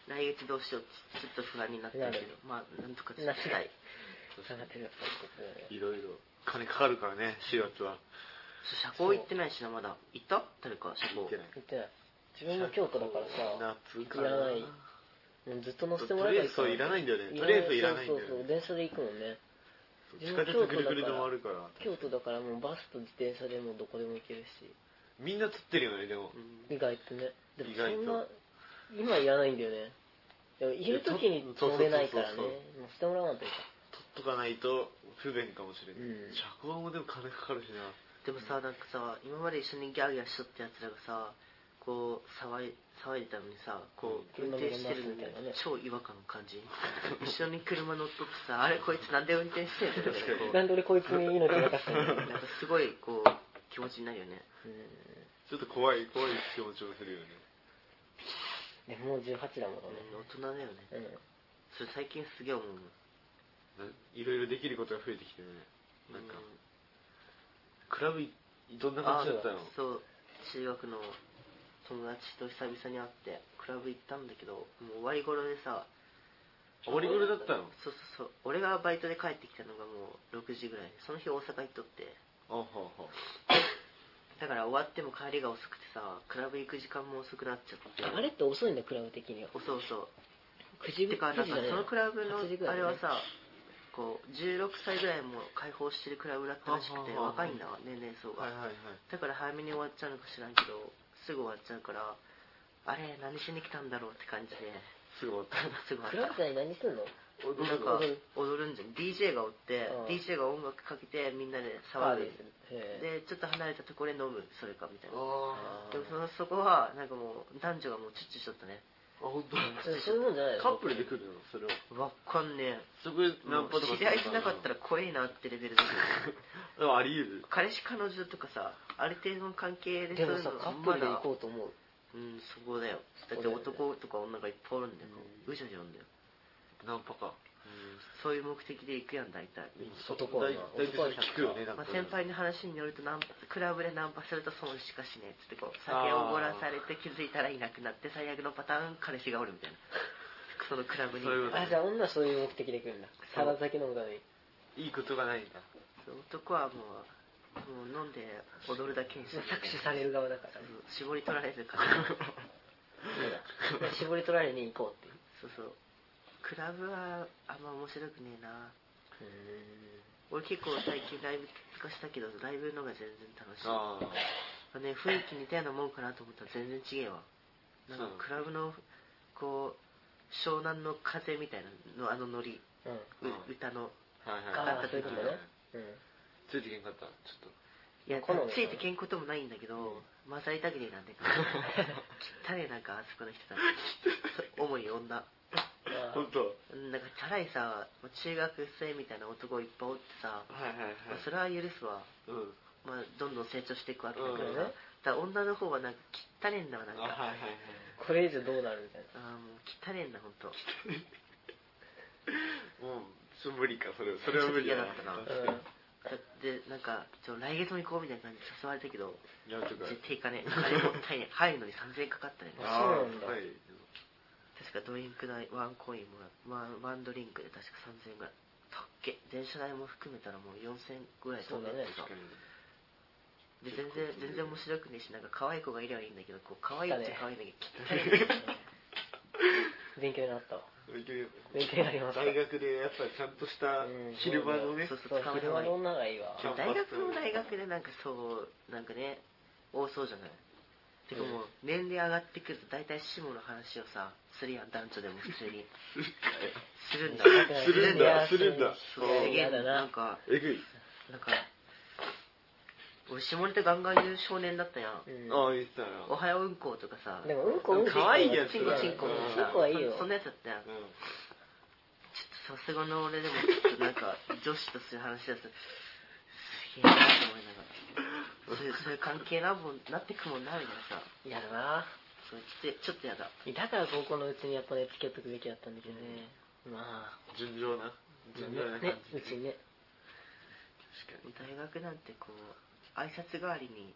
来月どうしようってちょっと不安になってるけど、まあなんとかしたい。 下がってる。 いろいろ金かかるからね、しがつは。 社交行ってないしな、まだ。行った？誰か社交。 行ってない。 行ってない。自分も京都だからさ、 夏かな。 いらない。もうずっと乗せてもらえばいいとりあえずそういらないんだよね。とりあえずいらないんだよね。 そうそうそう、電車で行くもんね。 地下鉄ぐるぐるで回るから。 京都だからもうバスと自転車でもどこでも行けるし。 みんな撮ってるよね、でも。 意外とね。でもそんな、今いらないんだよね。でもいる時に乗れないからね。乗せてもらわないといいか。 撮っとかないと不便かもしれない。 うん、 社交もでも金かかるしな。 でもさ、なんかさ、今まで一緒にギャーギャーしとったやつらがさ、こう騒い騒いでたのにさ、こう運転してるのに超違和感の感じ。一緒に車乗っとってさ、あれこいつなんで運転してんの？ なんで俺こいつに命がかったの？ なんかすごいこう気持ちになるよね。 うん、 ちょっと怖い怖い気持ちもするよね。 でももうじゅうはちだもんね。 大人だよね。うん、それ最近すげえ思うもん。 いろいろできることが増えてきてね。なんか、うん、クラブどんな感じだったの？ そう、中学の友達と久々に会ってクラブ行ったんだけど、もう終わり頃でさ。 終わり頃だったの？ そうそうそう。俺がバイトで帰ってきたのがもうろくじぐらい。その日大阪行っとって。 あはは。 だから終わっても帰りが遅くてさ、クラブ行く時間も遅くなっちゃって。 あれって遅いんだ、クラブ的には。 遅い遅い。 くじぐらい。てか、なんかそのクラブの、 ね、 あれはさ、こう、じゅうろくさいぐらいも開放してるクラブだったらしくて、若いんだわ、年齢層が。 はいはいはい。 だから早めに終わっちゃうのか知らんけど、すぐ終わっちゃうから、あれ、何しに来たんだろうって感じで。 すぐ終わった。 すぐ終わった。 クラブで何すんの？ なんか踊るんじゃん。ディージェー がおって、ディージェー が音楽かけてみんなで騒ぐ。で、ちょっと離れたところで飲む、それかみたいな。でもそこは、なんかもう、男女がもうチュッチュしとったね。 あ、ほんと？ そういうもんじゃないの？ カップルで来るのそれは。 わかんねえ。 そこでナンパとか知り合いじゃなかったら怖いなってレベルだけど。あり得る。 彼氏彼女とかさ、ある程度の関係でそういうの。でもさ、カップルで行こうと思う。 うん、そこだよ。だって男とか女がいっぱいおるんだよ。うじゃじゃんだよ。 ナンパか。 うん、そういう目的で行くやん、大体。 男は大体聞くよね、なんか。 まあ、先輩の話によるとナンパ、クラブでナンパすると損しかしねえっつってこう、酒をおごらされて気づいたらいなくなって最悪のパターン、彼氏がおるみたいな。そのクラブに。 あ、じゃあ女はそういう目的で来るんだ。ただ酒飲むために。 いいことがないんだ。 男はもう、もう飲んで踊るだけにして搾取される側だから、ね、 絞り取られるから絞り取られに行こうっていう。 そうそう。クラブはあんま面白くねえな。うん、俺結構最近ライブとかしたけどライブのが全然楽しい。ああ、ね、雰囲気似たようなもんかなと思ったら全然違えわ。なんかクラブのこう湘南の風みたいなのあのノリ、うん、歌のあった時のね、うん、 ついてけんかったちょっと。 いや、ついてけんこともないんだけど、混ざりたくねえなんでか汚ねえなんかあそこの人たち主に女。 本当。 なんかチャラいさ、中学生みたいな男いっぱいおってさ、 はいはいはい、 まあ、それは許すわ、うん、まあどんどん成長していくわけだからさ、うん、だから女の方はなんか汚ねえんだわ、なんか、はいはいはい、 これ以上どうなるみたいな。 ああ、もう汚ねえんだほんと。 もうちょっと無理か、それそれは無理だな。嫌だったな、うんで、なんか、ちょ、来月も行こうみたいな感じで誘われたけど、絶対行かねえ。金もったいねえ。入るのにさんぜんえんかかったね。 そうなんだ。はい、 確かドリンク代、ワンコインもらう、ワンドリンクで確かさんぜんえんぐらい。たっけ。電車代も含めたらもうよんせんえんぐらい飛んでるんですよ。で、全然、全然面白くねえし、なんか可愛い子がいればいいんだけど、こう、可愛いっちゃ可愛いんだけど、汚い。 勉強になったわ。 勉強になりました。 大学でやっぱりちゃんとした昼間のね、 そうそう、昼間の女がいいわ。 大学も大学でなんかそう、なんかね、多そうじゃない。てかもう、年齢上がってくると大体下の話をさ、するやん、男女でも普通に。するんだ。 するんだ、するんだ。 そう、えげえだな。なんか、 えぐい。 なんか、俺下ネタガンガン言う少年だったやん。 ああ、言ってたな。 おはよううんことかさ。 でもうんこうんこかわいいやつ。 チンコチンコもさ。 チンコはいいよ。 そんなやつだったやん。ちょっとさすがの俺でもちょっとなんか女子とする話だとすげえなと思いながら。そういうそういう関係なもんなってくもんなみたいなさ。 嫌だな。 そうちょっとちょっとやだ。 だから高校のうちにやっぱね付き合っとくべきだったんだけどね。まあ純情な。 純情な感じ。ね、うちね。 確かに大学なんてこう挨拶代わりに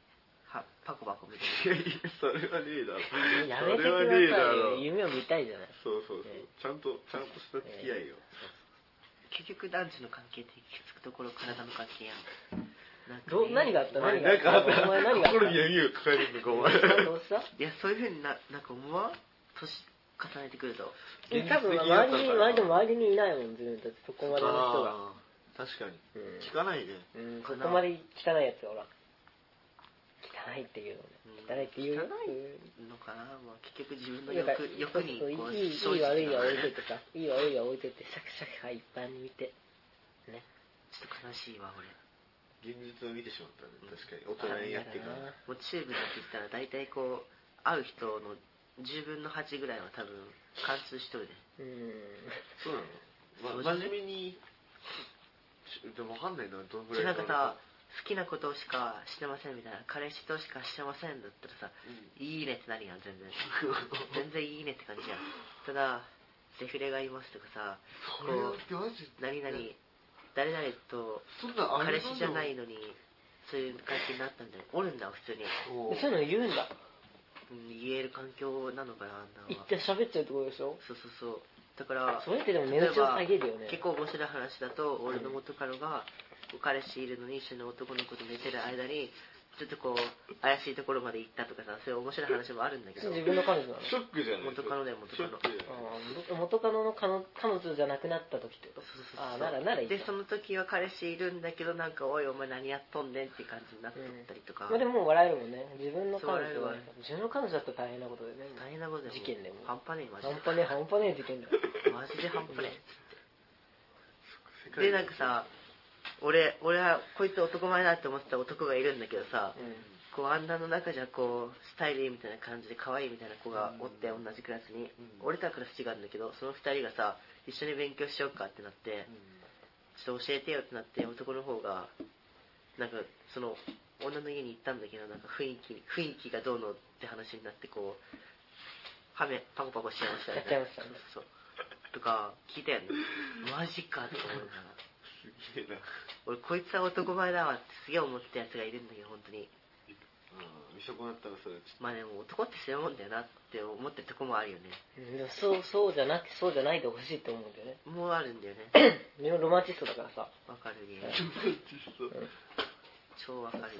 はパコパコみたいな。 いやいや、それはねえだろ。 やめてくだそれはねえださいよ。 ろ。 夢を見たいじゃない。 そうそうそう、 えちゃんとちゃんとした付き合いよ、 結局男女の関係って行き着くところ体の関係やん。なんかどう何があったお前何があったなんかあったお前何があった心に闇を抱えるのかお前。 どうしたいや、そういうふうにな、なんか思わん年重ねてくると。 多分周りに周りでも周りにいないもん自分たちそこまでの人が。 あー確かに、 うん聞かないね。 うん、そこまで汚いやつがおらん。汚いっていうのね。 うん汚いっていう。 汚いのかな、まあ、結局自分のなんか欲欲にそうそうこういいいい悪いは置いといてさ、いい悪いは置いといて、シャクシャクが一般に見て、ね。 ちょっと悲しいわ俺。 現実を見てしまったね、確かに大人にやってから。 もうチューブで聞いたら大体こう会う人のじゅうぶんのはちぐらいは多分貫通しとるで。 うーん。 そうなの、 そうま、真面目にちでもわかんないな、どのぐらいなんかさ、好きなことしかしてませんみたいな、彼氏としかしてませんだったらさ、 うんいいねってなるやん全然。全然いいねって感じやん。ただセフレがいますとかさ、 それはってマジ何々誰々とそんなあれ彼氏じゃないのにそういう関係になったんじゃないおるんだ普通に、 おうそういうの言うんだ。 うん言える環境なのかなあんなのは。 言って喋っちゃうってことでしょ。 そうそうそう。だからそれってでも値打ちを下げるよね。 結構面白い話だと、俺の元カノが彼氏いるのに一緒に男の子と寝てる間にちょっとこう怪しいところまで行ったとかさ、そういう面白い話もあるんだけど、 自分の彼女なの。 ショックじゃない元カノだよ元カノ。 ショックじゃないあー元カノの彼女彼女じゃなくなった時ってこと。 そうそうそうああ、ならならいいでその時は彼氏いるんだけど、なんかおいお前何やっとんねんって感じになっとったりとか、 まあでももう笑えるもんね。自分の彼女はそう笑える自分の彼女だったら大変なことでね。 大変なことだよ事件でも半端ねえマジで半端ねえ半端ねえ事件だよ。 マジで半端ね世界えでなんかさ、俺俺はこいつ男前だって思ってた男がいるんだけどさ、 うん。 こうあんなの中じゃこうスタイルいいみたいな感じで可愛いみたいな子がおって同じクラスに、 うん俺とはクラス違うんだけど、そのふたりがさ一緒に勉強しようかってなって、ちょっと教えてよってなって、男の方がなんかその女の家に行ったんだけど、なんか雰囲気雰囲気がどうのって話になってこうハメパコパコしちゃいましたよね。 やっちゃいましたねそうそうとか聞いたよね。マジかって思うな。 すげえな。 俺こいつは男前だわってすげえ思ったやつがいるんだけど、本当にうん見損なったらそれはちょっまあでも男ってそういうもんだよなって思ってるとこもあるよね。 うんでもそうそうじゃなくそうじゃないでほしいって思うんだよね。 もうあるんだよね。 自分ロマンチストだからさ。 わかるね。 とうん超わかるね。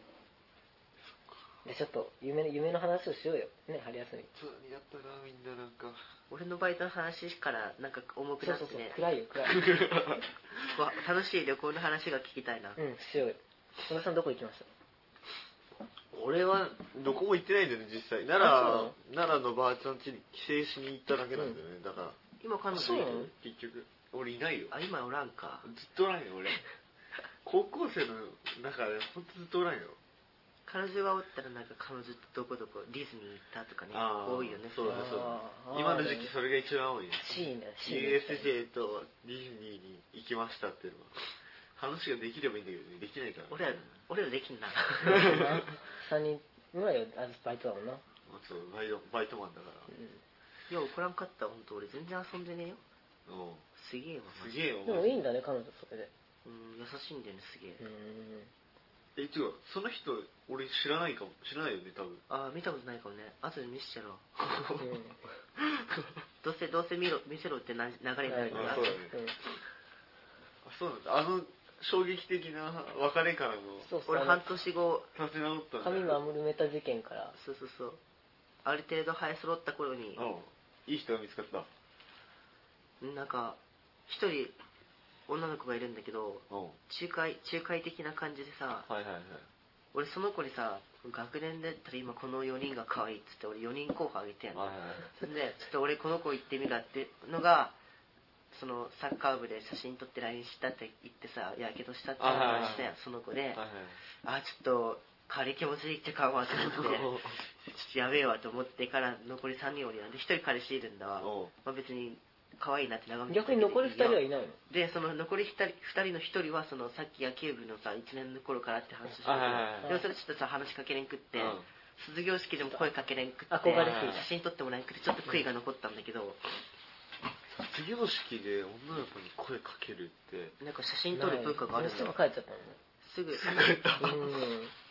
でちょっと夢の夢の話をしようよね、春休み。 普通にやったなみんななんか俺のバイトの話からなんか重くそうそうそうなってね、 暗いよ暗い。 わ楽しい旅行の話が聞きたいな。 うんしようよ。小田さんどこ行きました？ 俺はどこも行ってないんだよね実際。奈あ良奈良のばあちゃん家に帰省しに行っただけなんだよね、だから今彼女いそうなのる？ 結局俺いないよ。 あ、今おらんか。 ずっとおらんよ俺。高校生の中でほんとずっとおらんよ。 彼女がおったらなんか彼女とどこどこディズニー行ったとかね、 あー多いよね。 そうだそうあだー今の時期それが一番多いよ。 シーンだよシーンユーエスジェー とディズニーに行きましたっていうのは話ができればいいんだけどね、できないから。 俺ら、俺らできんな。 さんにんぐらいあずバイトだもんな。 あそうバイトバイトマンだから。 うんいや、怒らんかった、ほんと。俺全然遊んでねえよ。 うんすげえわ、マすジげえよ。 でもいいんだね彼女それで。 うん、優しいんだよね、すげえ。 うーん。 え、違う、その人俺知らないかも。知らないよね多分。 あー、見たことないかもね。後で見せちゃろう。 うんどうせ、どうせ見ろ、見せろってな流れになるから。 あそうだねあ、そうなんだ。あの衝撃的な別れからのそうそう。 俺半年後、 立ち直ったんだ。 髪守めた事件から。 そうそうそう。ある程度生え揃った頃に、 うん。いい人が見つかった。 なんか、一人、女の子がいるんだけど、 うん。 仲介、仲介的な感じでさ、 はいはいはい。 俺その子にさ、学年で言ったら今このよにんが可愛いっつって俺よにん候補あげてんの。 はいはいはい。 そんで、ちょっと俺この子行ってみるってのが、そのサッカー部で写真撮って ライン したって言ってさ、やけどしたって話したやん、その子で、 はいはい。 あ、ちょっと、彼気持ちいいってかわと思って、ちょっとやべえわと思ってから残りさんにんおりなんで、ひとり彼氏いるんだわ。 おうまあ別に可愛いなって眺めてた逆に残りふたりはいないの？ で、その残りふたりふたりのひとりはそのさっき野球部のさいちねんの頃からって話したはいはいはいけど、でもそれちょっとさ話しかけれんくって、 うん卒業式でも声かけれんくって、 憧れていた写真撮ってもらえんくてちょっと悔いが残ったんだけど、 卒業式で女の子に声かけるってなんか写真撮る文化があるんだすぐ帰っちゃったのね。 すぐうん。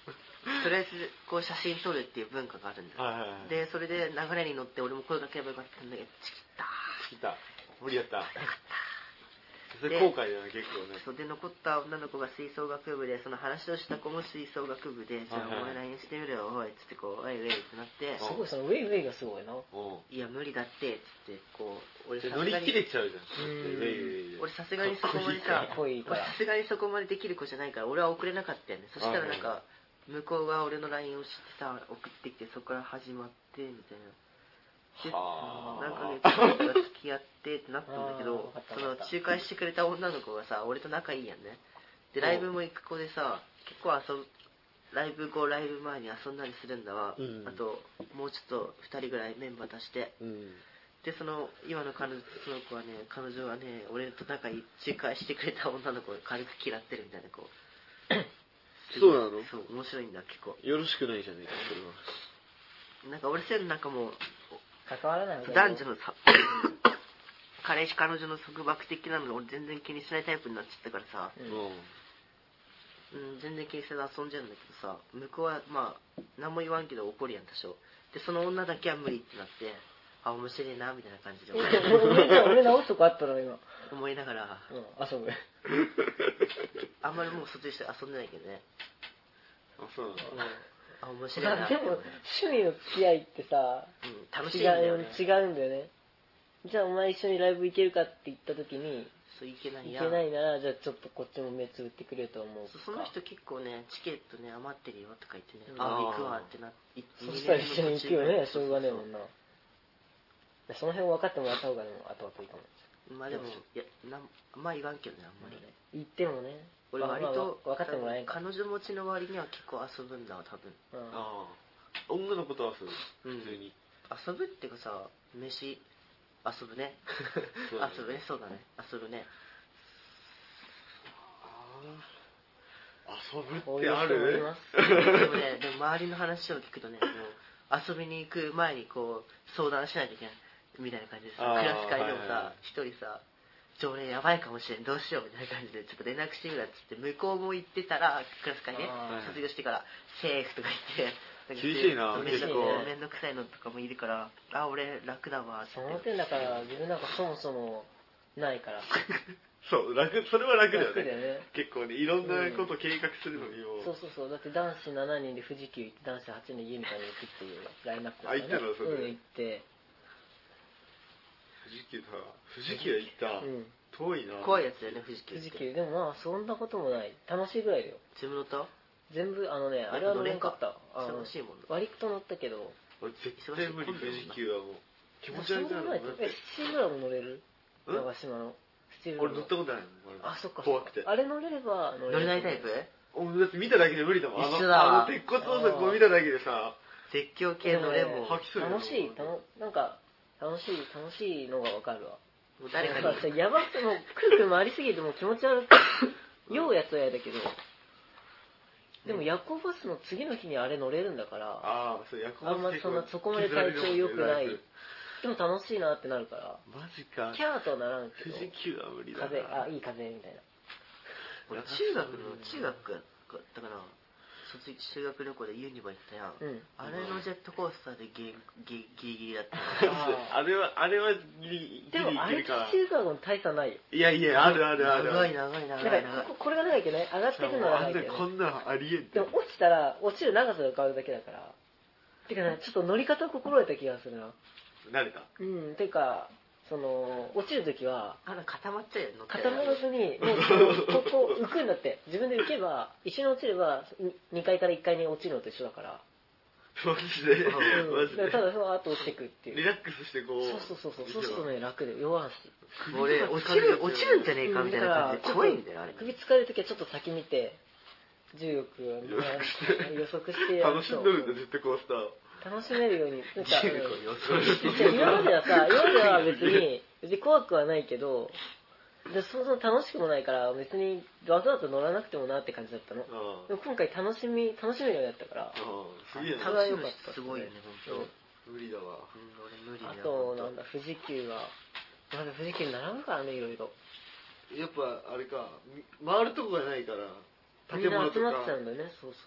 とりあえずこう写真撮るっていう文化があるんだよ、 はいはいはい、 でそれで流れに乗って俺も声かければよかったんだけどチキったチキった無理やった。 なかったそれ後悔だよね結構ね。 そうで残った女の子が吹奏楽部でその話をした子も吹奏楽部で、じゃあお前 ライン してみろよおいっつってこうウェイウェイってなって、 すごいそのウェイウェイがすごいな。 いや無理だってっつってこう俺乗り切れちゃうじゃん。 俺さすがにそこまでささすがにそこまでできる子じゃないから俺は送れなかったよね。そしたらなんか向こうが俺の ライン を知ってさ送ってきて、そこから始まってみたいなでなんかね付き合ってってなったんだけど、その仲介してくれた女の子がさ俺と仲いいやんね。でライブも行く子でさ結構遊ぶライブ後ライブ前に遊んだりするんだわ、うん、あともうちょっとふたりぐらいメンバー出して、うん、でその今の彼女その子はね彼女はね俺と仲いい仲介してくれた女の子を軽く嫌ってるみたいな子そうなの。 そう面白いんだ結構。 よろしくないじゃねえかそれは。 なんか俺せんなんかもう関わらない男女のさ彼氏彼女の束縛的なの俺全然気にしないタイプになっちゃったからさ、うん、うん、全然気にせず遊んじゃうんだけどさ、向こうはまあ何も言わんけど怒るやん多少で、その女だけは無理ってなって、あ面白いなみたいな感じで俺直すとこあったの今思いながら、 うん、遊ぶあんまりもう卒業して遊んでないけどね。 あそうなんだ、 あ面白いな。 でも趣味の付き合いってさ、 うん、楽しいんだよね。 違う、違うんだよね。じゃあお前一緒にライブ行けるかって言った時に、 そう行けないや行けないならじゃあちょっとこっちも目つぶってくれると思う。 その人結構ねチケットね余ってるよとか言ってね、うん、ああ行くわってなって、 そしたら一緒に行くよね。しょうがねえもんな。その辺分かってもらった方がでも後々いいかも。 まあでもいやなまあ言わんけどねあんまりね。 言ってもね。 俺割と分かってもらえんか。 彼女持ちの割には結構遊ぶんだわ多分。 うん、ああ女の子と遊ぶ普通に、 うん、遊ぶっていうかさ飯遊ぶね遊ぶねそうだね遊ぶね。 遊ぶってある？ でもねでも周りの話を聞くとねもう遊びに行く前にこう相談しないといけないみたいな感じでさ、クラス会でもさ一、はいはい、人さ常連やばいかもしれんどうしようみたいな感じでちょっと連絡してみるっつって向こうも行ってたらクラス会ね卒業してからセーフとか言って厳しいなめんどめんどくさいのとかもいるからあ俺楽だわって。 その点だから自分なんかそもそもないからそう楽それは楽だよ ね, 楽だよね結構ねいろんなこと計画するのにも、 うん、そうそうそうだって男子しちにんで富士急行って男子はちにん家みたいに行くっていうラインナップだからね。 あ行ったのそれ、 うん行って富士急だ富士急行った、うん、遠いな怖いやつだよね富士急富士急でもまあそんなこともない楽しいぐらいだよ。 全部乗った？ 全部あのねあれは乗れんかった。 楽しいもん割と乗ったけど俺絶対無理富士急はもう気持ち悪くなる。 えスチームラも乗れる？長島のスチームラ俺乗ったことないの。 あそっか怖くてあれ乗れれば乗れないタイプ？ だって見ただけで無理だもん。 一緒だ。 あの鉄骨をさこう見ただけでさ絶叫系乗れんもん。 楽しいたのなんか楽しい楽しいのが分かるわ。 もう誰かにやばくてもクルクル回りすぎても気持ち悪く酔うやつは嫌だけどでも夜行バスの次の日にあれ乗れるんだからああそう夜行バスあんまそんなそこまで体調良くないでも楽しいなってなるからマジかキャーとはならんけど富士急は無理だな。 風あいい風みたいな。 俺中学の中学だから卒修学旅行でユニバ行ったやん、うん、あれのジェットコースターでギリギリだったあれはあれはギリギリでもあれ中学の大差ないよ。 いやいやあるあるある長い長い長い長いこれが長いけどね上がってくるのが長いけど、ね、 こんなありえんでも落ちたら落ちる長さが変わるだけだからてかねちょっと乗り方を心得た気がするな。 慣れたうんてかその落ちるときはあら固まっちゃうよ固まらずにもうここ浮くんだって自分で浮けば一緒に落ちればにかいからいっかいに落ちるのと一緒だからマジで、うん、マジでただその後落ちてくっていうリラックスしてこうそうそうそうそうそうするとね楽で弱足俺落ちる落ちるんじゃねえかみたいな感じで怖いんだよあれ。 首疲れるときはちょっと先見て重力を予測して楽しんどるんだジェットコースター楽しめるようになんか重力を予測して今まではさ今までは別に別に怖くはないけどでそもそも楽しくもないから別にわざわざ乗らなくてもなって感じだったの。でも今回楽しみ楽しめるようになったからすげえそれは良かった。 すごいよね本当無理だわ、 うん、俺無理だあとなんだ富士急はまだ富士急並ぶからねいろいろやっぱあれか回るとこがないから建物とかみんな集まっちゃうんだよね。そうそう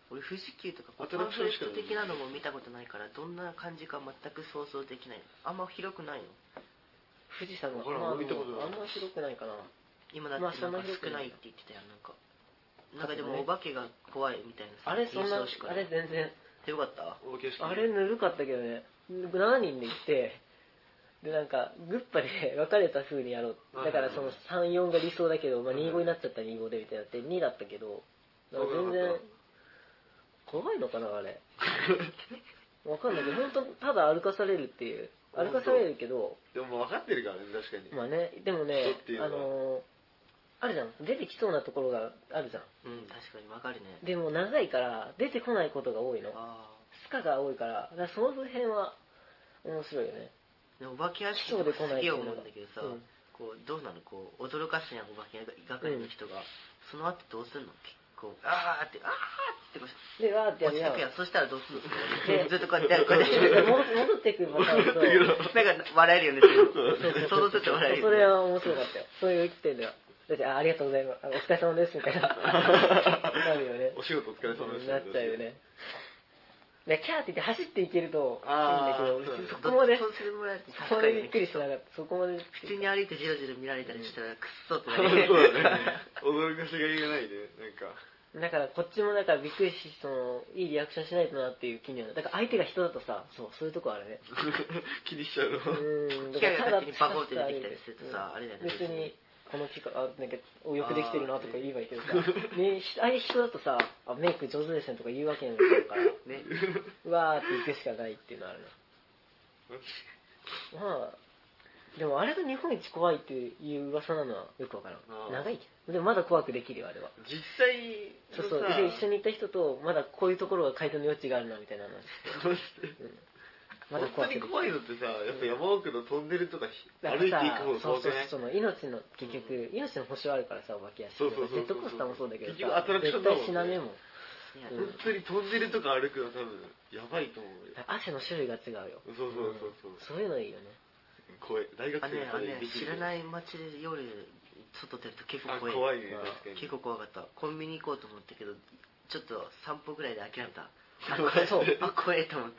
俺富士急とかパンフレット的なのも見たことないからどんな感じか全く想像できない。あんま広くないの？ 富士山の、 まあ、見たことない。 あんま広くないかな。 今だってなんか少ないって言ってたよ。なんかなんかでもお化けが怖いみたいな。 あれそんな、あれ全然よかった。 あれぬるかったけどね。ななにんで行ってでなんかグッパで分かれた風にやろう。だからそのさん、よんが理想だけど、まあ、に、ごになっちゃったらに、ごでみたいになってにだったけど、だから全然怖いのかなあれ。わかんないけど本当ただ歩かされるっていう歩かされるけどでも分かってるからね確かに。 まあねでもねあのー、あるじゃん出てきそうなところがあるじゃん。 うん確かに分かるね。 でも長いから出てこないことが多いの。スカが多いからだからその辺は面白いよね。 でもお化け屋敷とかすげえ思うんだけどさ、うん、こうどうなのこう驚かすやんお化け係の人が、うん、その後どうすんの結構あーってあーってこうでわーってやるやん。 そしたらどうすんのずっとこうやってやるこうやって戻ってくるパターンとなんか笑えるよねその時笑えるよね。 それは面白かったよ。そういう来てんだよ。だって あ, ありがとうございますお疲れ様ですみたいななるよね。 お仕事お疲れ様ですなっちゃうよね。でキャーって言って走っていけるといいんだけど、 そこまでそうしてもらえるとそこまでびっくりしなかった。そこまで普通に歩いてジロジロ見られたりしたらクッソってなる。そうだね。驚かしがいがないでなんか。 だからこっちもだからびっくりしそのいいリアクションしないとなっていう気にはなる。だから相手が人だとさそうそういうとこあるね。 気にしちゃうの。 うん。機械が勝手にバコって出てきたりするとさ、あれだよね。 別にこの機械あなんかよくできてるなとか言えばいいけどさ、ねあれ人だとさあメイク上手ですねとか言うわけにもいかないからね。うわーって言ってしかないっていうのはあるね。まあでもあれが日本一怖いっていう噂なのはよくわからん。長いけどでもまだ怖くできるよあれは。 実際そうそうで一緒に行った人とまだこういうところが改善の余地があるなみたいな話して、うん、まだ怖く本当に怖いのってさやっぱ山奥のトンネルとか歩いていく方がそうそうその命の結局、うん、命の保証あるからさお化け屋敷とかジェットコースターもそうだけどさ絶対死なねえもん。 本当にトンネルとか歩くの多分やばいと思うよ。 汗の種類が違うよ。 そうそうそうそう、 うん、そういうのいいよね。 怖い大学生がね知らない街で夜外出ると結構怖い。 怖いね確かに。 結構怖かった。コンビニ行こうと思ったけどちょっと散歩ぐらいで諦めた。あそうあ怖いと思って。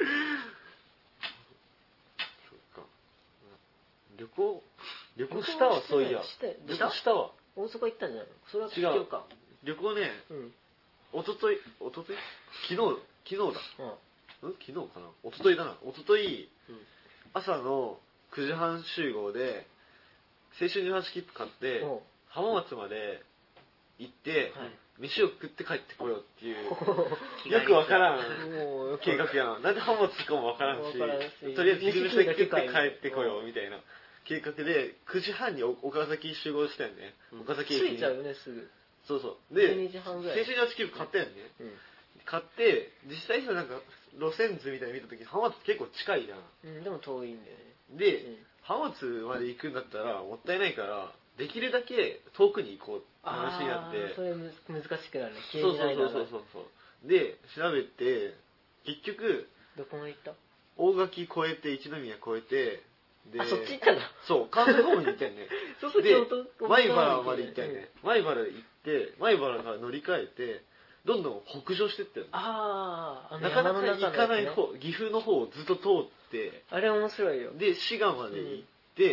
そっか。旅行旅行したわそういや。 旅行したわ。大阪行ったんじゃないの？それは違うか。旅行ね。うん。一昨日一昨日昨日昨日だ。うん。昨日かな。一昨日だな。一昨日、うん、朝のくじはん集合で青春じゅうはち切符買って浜松まで行って、はい、飯を食って帰ってこようっていうよくわからん計画やな。なんで浜松かもわからんし、とりあえず昼飯だけ食って帰ってこようみたいな計画でくじはんに岡崎集合したよね。 うん、 岡崎駅に着いちゃうよねすぐ。 そうそうでじゅうにじはんぐらい青春じゅうはち切符買ったよね、うん、買って実際さなんか路線図みたいに見た時浜松結構近いじゃん、 うん、でも遠いんだよね。 で、うん、浜松まで行くんだったらもったいないからできるだけ遠くに行こうって話になって。 それむ難しくなるね。 そうそうそうそうそうで調べて結局どこまで行った？ 大垣越えて一宮越えてであそっち行ったんだ。 そう関西方面に行ったよね。 そうそうで米原まで行ったよね。米原行って米原から乗り換えてどんどん北上してったよね。 ああ、 なかなか行かない方、岐阜の方をずっと通ってあれ面白いよ。 で滋賀まで行って、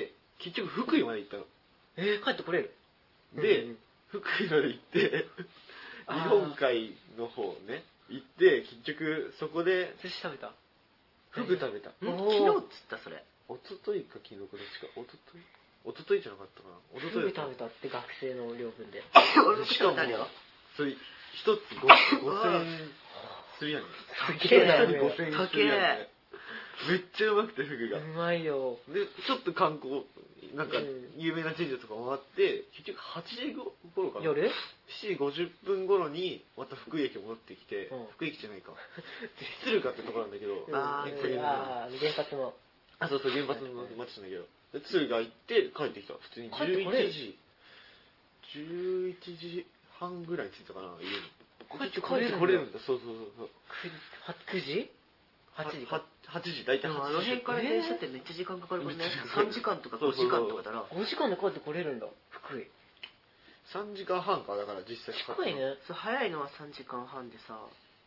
うん、結局福井まで行ったの。 えー、帰ってこれる？ で、うん、福井まで行って日本海の方ね行って結局そこで寿司食べた？ フグ食べた。 昨日っつったそれ。 おとといか昨日かどっちか。おとといおとといじゃなかったかな。おとといフグ食べたって学生の寮分で。 しかもそれ一つごせんえんするやんね。 すげえな。 ごせんえんするやんね。めっちゃうまくてフグが。 うまいよ。 でちょっと観光なんか有名な神社とか回って結局はちじ頃かな。 夜しちじごじゅっぷん頃にまた福井駅戻ってきて、うん、福井駅じゃないか敦賀ってとこなんだけど、 ああ原発のあそうそう原発の町なんだけど敦賀行って帰ってきた。普通にじゅういちじじゅういちじはんぐらいに着いたかな家に。 帰ってこれるんだ。 帰ってこれるんだ。そうそうそうそう。 くじはちじか。 はちじ大体はちじ。 あの辺から電車ってめっちゃ時間かかるもんね。さんじかんとかごじかんとかだら。 ごじかんで帰ってこれるんだ福井。 さんじかんはんかだから実際近いね。 そう早いのはさんじかんはんでさ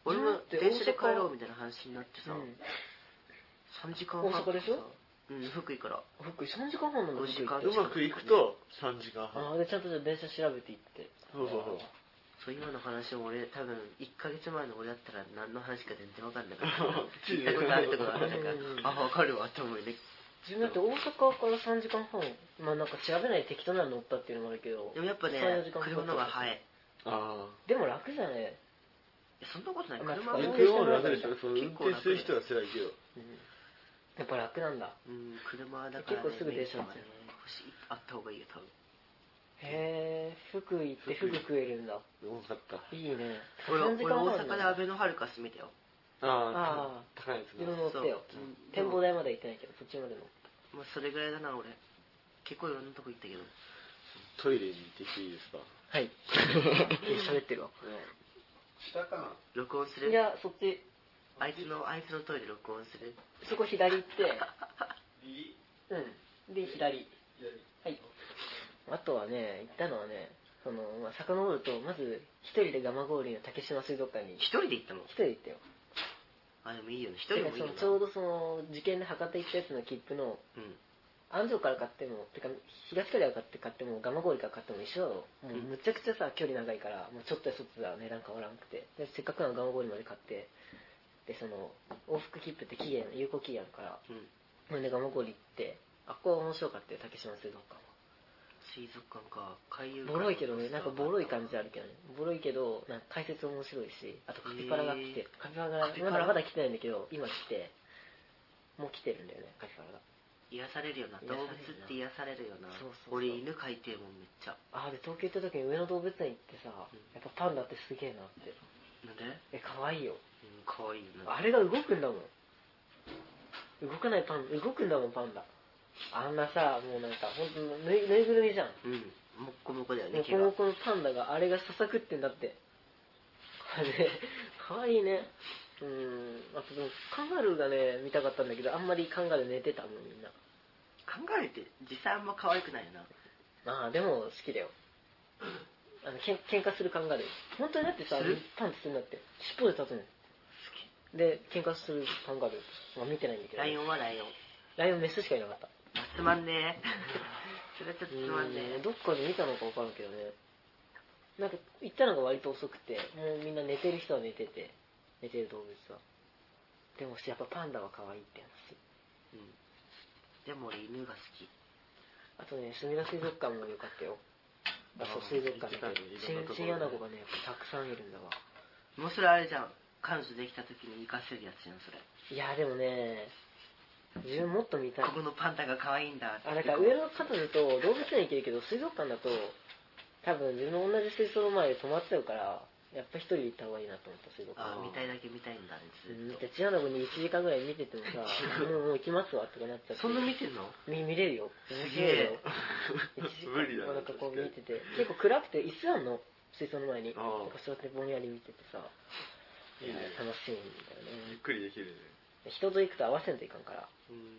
俺も電車で帰ろうみたいな話になってさ、うん、さんじかんはん。 大阪でしょ？ うん、福井から。 福井さんじかんはんなの？ うまくいくとさんじかんはん。 ああ、でちゃんとじゃあ電車調べていって。 そうそうそう。 そう、今の話も俺多分いっかげつまえの俺だったら何の話か全然わかんなかった聞いたことあるところあったからあ、わかるわって思うね。 自分だって大阪からさんじかんはん、まあなんか調べない適当なの乗ったっていうのもあるけど、 でもやっぱね車の方が早い。 ああ、 でも楽じゃねえ。そんなことない。 車は楽でしょ。運転する人は辛いけど、 うん、やっぱ楽なんだ。 うん、車だから、ね、 結構すぐ電車あってあった方がいいよ多分。 へえ、福井ってフグ食えるんだ。 多かった。 いいね。 俺大阪でアベノハルカス見たよ。 ああ、高いやつね。 自分乗ってよ。展望台まで行ってないけど、そっちまで乗って。 まあそれぐらいだな俺。結構いろんなとこ行ったけど。 トイレに行ってきていいですか？ はい。喋ってるわ。 下かな？ 録音する？ いや、そっち。 あいつの、あいつのトイレ録音する？ そこ左行って。 右？ うん。で、左。はい。あとはね、行ったのはね、その、まあ、遡ると、まず、一人で蒲郡の竹島水族館に。 一人で行ったの？ 一人で行ったよ。 あ、でもいいよね。一人でもいいよな。 ちょうどその、受験で博多行ったやつの切符の、うん。安城から買っても、てか、東から買って買っても、蒲郡から買っても一緒だろ。もうむちゃくちゃさ、距離長いから、もうちょっとやそっとだ値段変わらなくて。で、せっかくなら蒲郡まで買って、で、その、往復切符って期限、有効期限あるから、うん。ほんで蒲郡行って、あっこは面白かったよ、竹島水族館は。 水族館か、海遊ボロいけどね、なんかボロい感じあるけどね。ボロいけど、なんか解説面白いし、あとカピバラが来て、カピバラがまだまだ来てないんだけど、今来て、もう来てるんだよね、カピバラが。 癒されるよな、動物って癒されるよな。そうそうそう。俺犬飼いてるもんめっちゃ。 あ、で東京行った時に上野動物園行ってさ、うん、やっぱパンダってすげえなって。 なんで？ え、可愛いよ。 うん、可愛いよな。 あれが動くんだもん。動かないパン、動くんだもんパンダ。あんなさ、もうなんかほんとぬいぐるみじゃん。 うん。もっこもこだよね。 もっこもこのパンダがあれがささくってんだって。あれ、可愛いね。うーん、あとでもカンガルーがね見たかったんだけど、あんまりカンガルー寝てたもんみんな。 カンガルーって実際あんま可愛くないよな。 ああ、でも好きだよ。あのけん喧嘩するカンガルー。本当にだってさ、パンツするんだって。尻尾で立つの。好き。で喧嘩するカンガルー。まあ見てないんだけど、ね。 ライオンはライオン。 ライオンメスしかいなかった。 つまんねえ。それちょっとつまんねえ。 どっかで見たのか分からんけどね。なんか行ったのが割と遅くて、もうみんな寝てる人は寝てて、寝てる動物は。でもやっぱパンダは可愛いって話。 うん。でも俺犬が好き。 あとね、すみだ水族館も良かったよ。あ、そう、水族館だけど、チンアナゴがね、やっぱたくさんいるんだわ。 もうそれあれじゃん。彼女できた時に生かせるやつじゃん、それ。 いや、でもね、自分もっと見たい。 ここのパンダが可愛いんだって。 あ、だから上の方だと動物園行けるけど、水族館だと、多分自分の同じ水槽の前で止まっちゃうから、やっぱ一人で行った方がいいなと思った、水族館。 あ、見たいだけ見たいんだね、 ずっと。チアナゴにいちじかんぐらい見ててもさ、もうもう行きますわとかなっちゃって。 そんな見てんの？ 見、見れるよ。 すげえ。 無理だね。 なんかこう見てて、結構暗くて椅子あんの、水槽の前に。なんか座ってぼんやり見ててさ、いや楽しいんだよね。 ゆっくりできるね。 人と行くと合わせんといかんから、うん、うん、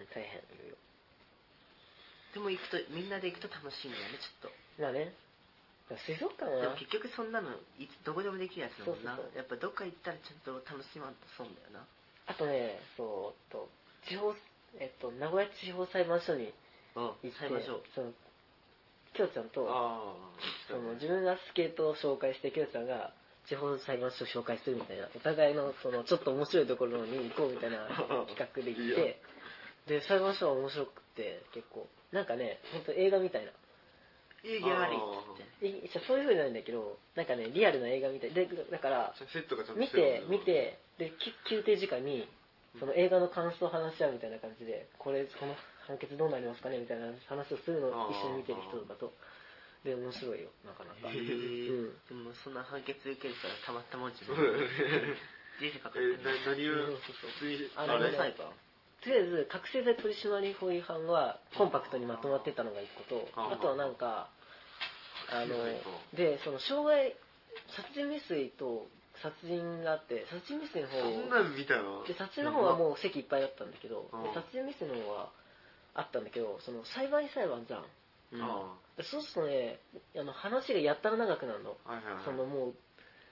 大変いろいろ。 でも行くとみんなで行くと楽しいんだよね、ちょっと。 まあね。水族館はでも結局そんなのいつどこでもできるやつだもんな。そうそうそう、やっぱどっか行ったらちゃんと楽しまんと損だよな。 あとね、そうと地方えっと名古屋地方裁判所に行って、 裁判所、 そのきょうちゃんと、あその自分がスケートを紹介してきょうちゃんが地方裁判所を紹介するみたいな、お互いのそのちょっと面白いところに行こうみたいな企画で行ってで裁判所は面白くて結構なんかね本当映画みたいな映画ありっつってそういう風じゃないんだけどなんかねリアルな映画みたいでだから見て見てで休憩時間にその映画の感想を話し合うみたいな感じでこれこの判決どうなりますかねみたいな話をするのを一緒に見てる人とかとで面白いよなかなか。へー、うん、でもそんな判決受けるからたまったもんじゃない。人生かかってる。 えー、何を普通にあのねとりあえず覚醒剤取締法違反はコンパクトにまとまってたのが一個と、あとはなんかあのでその傷害殺人未遂と殺人があって殺人未遂の方そんなん見たので殺人の方はもう席いっぱいだったんだけど殺人未遂の方はあったんだけどその裁判員裁判じゃん、うん、そうするとねあの話がやったら長くなるの、はいはいはい、そのもう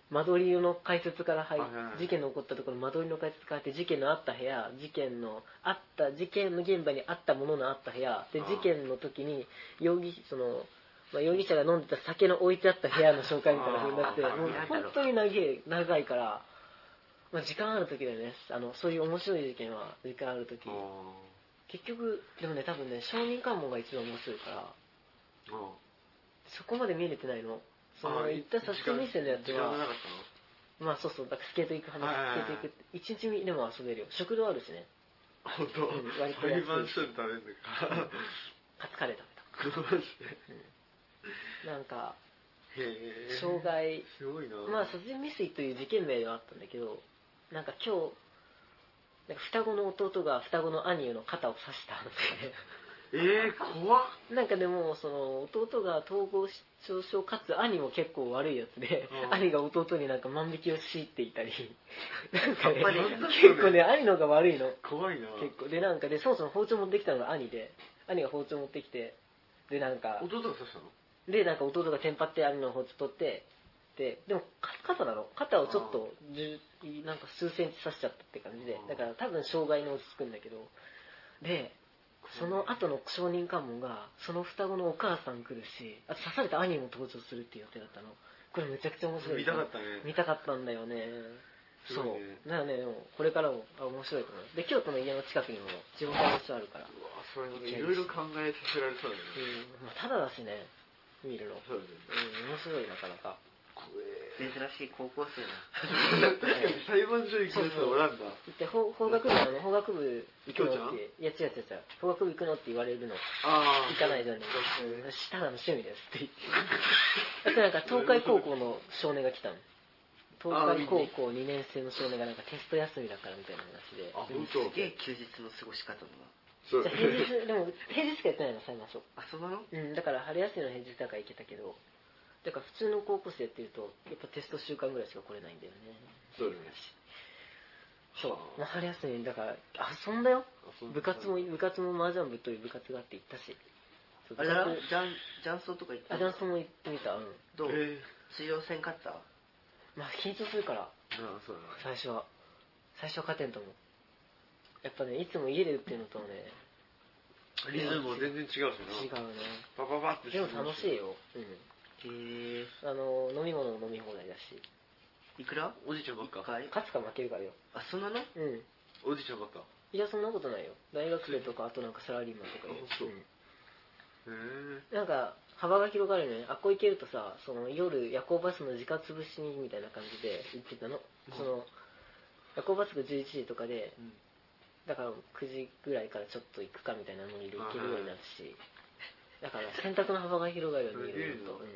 間取りの解説から入っはいはいはい事件の起こったところ間取りの解説から入って事件のあった部屋事件のあった事件の現場にあったもののあった部屋であー事件の時に容疑その、まあ、容疑者が飲んでた酒の置いてあった部屋の紹介みたいな風になってあーもう本当に長い長いから、まあ、時間ある時でねあのそういう面白い事件は時間ある時あ結局でもね多分ね証人喚問が一番面白いからああそこまで見れてないのそのあ行った殺人未遂のやつ時間がなはかったのまあそうそう、だからスケート行く話、 はいはいはいスケート行くって、一日でも遊べるよ。食堂あるしね。 本当、 うん割と安い裁判所で食べるのかカツカレー食べた。 マジでうん、なんか、 へえ傷害、 すごいなまあ殺人未遂という事件名ではあったんだけど、なんか今日、なんか双子の弟が双子の兄の肩を刺した話で、 えー、怖っなんかでも、その弟が統合失調症かつ兄も結構悪いやつで、 うん兄が弟になんか万引きを強いていたり、なんかねやっぱり、 結構ね、兄の方が悪いの。 怖いな結構でなんかでそもそも包丁持ってきたのが兄で兄が包丁持ってきてでなんか弟が刺したのでなんか弟がテンパって兄の包丁取ってででもか肩なの肩をちょっとじゅなんか数センチ刺しちゃったって感じでだから多分傷害に落ち着くんだけどでその後の証人喚問がその双子のお母さん来るしあと刺された兄も登場するっていう予定だったのこれめちゃくちゃ面白い見たかったね見たかったんだよねそすごいねうだからねでもこれからもあ面白いと思うで京都の家の近くにも地元の人あるから、 うわそれなんかいろいろ考えさせられそうだうねんまあ、ただだしね見るの、 そうだねうん、面白いなかなか怖え珍しい高校生だ。 確かに裁判所行くやつはおらんだで法法学部あの法学部行くの京ちゃんっていや違う違う違う法学部行くのって言われるのああ行かないじゃんね、うん、ただの趣味ですって言ってあとなんか東海高校の少年が来たの東海高校にねん生の少年がなんかテスト休みだからみたいな話であ本当すげえ休日の過ごし方だな。 そうじゃあ平日でも平日しかやってないの裁判所あ、そうなの？ うんだから春休みの平日だから行けたけどだから普通の高校生やってるとやっぱテスト週間ぐらいしか来れないんだよねそうだねそう、 はあまあ、春休みだから遊んだよ遊んだ部活も部活も麻雀部という部活があって行ったしそうあれだ部活ジャン、ジャンソーとか行ったあジャンソンも行ってみたうんどうえ通用せんかったまあ緊張するからああそうだね最初は最初は勝てんと思うやっぱねいつも家で打ってるのとねリズムも全然違うしな違うねパパパってでも楽しいようんへえ。 あの飲み物も飲み放題だしいくら？ おじいちゃんばっか一回？ 勝つか負けるからよあ、そんなの？ うんおじいちゃんばっかいやそんなことないよ大学生とかあとなんかサラリーマンとかいるあそううんへえなんか幅が広がるよねあっこ行けるとさその夜夜行バスの時間潰しにみたいな感じで行ってたの、その夜行バスがじゅういちじとかでうんだからくじぐらいからちょっと行くかみたいなノリで行けるようになるしだから選択の幅が広がるよねいろいろと、うん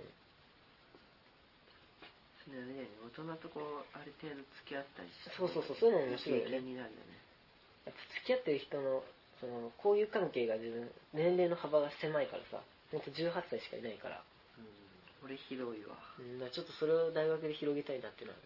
それね、大人とこう、ある程度付き合ったりして。 そうそうそうそういうの面白いよね経験になるよね。 やっぱ付き合ってる人のその交友関係が自分年齢の幅が狭いからさほんとじゅうはっさいしかいないから、 俺ひどいわ。 うん、だからちょっとそれを大学で広げたいなっていうのは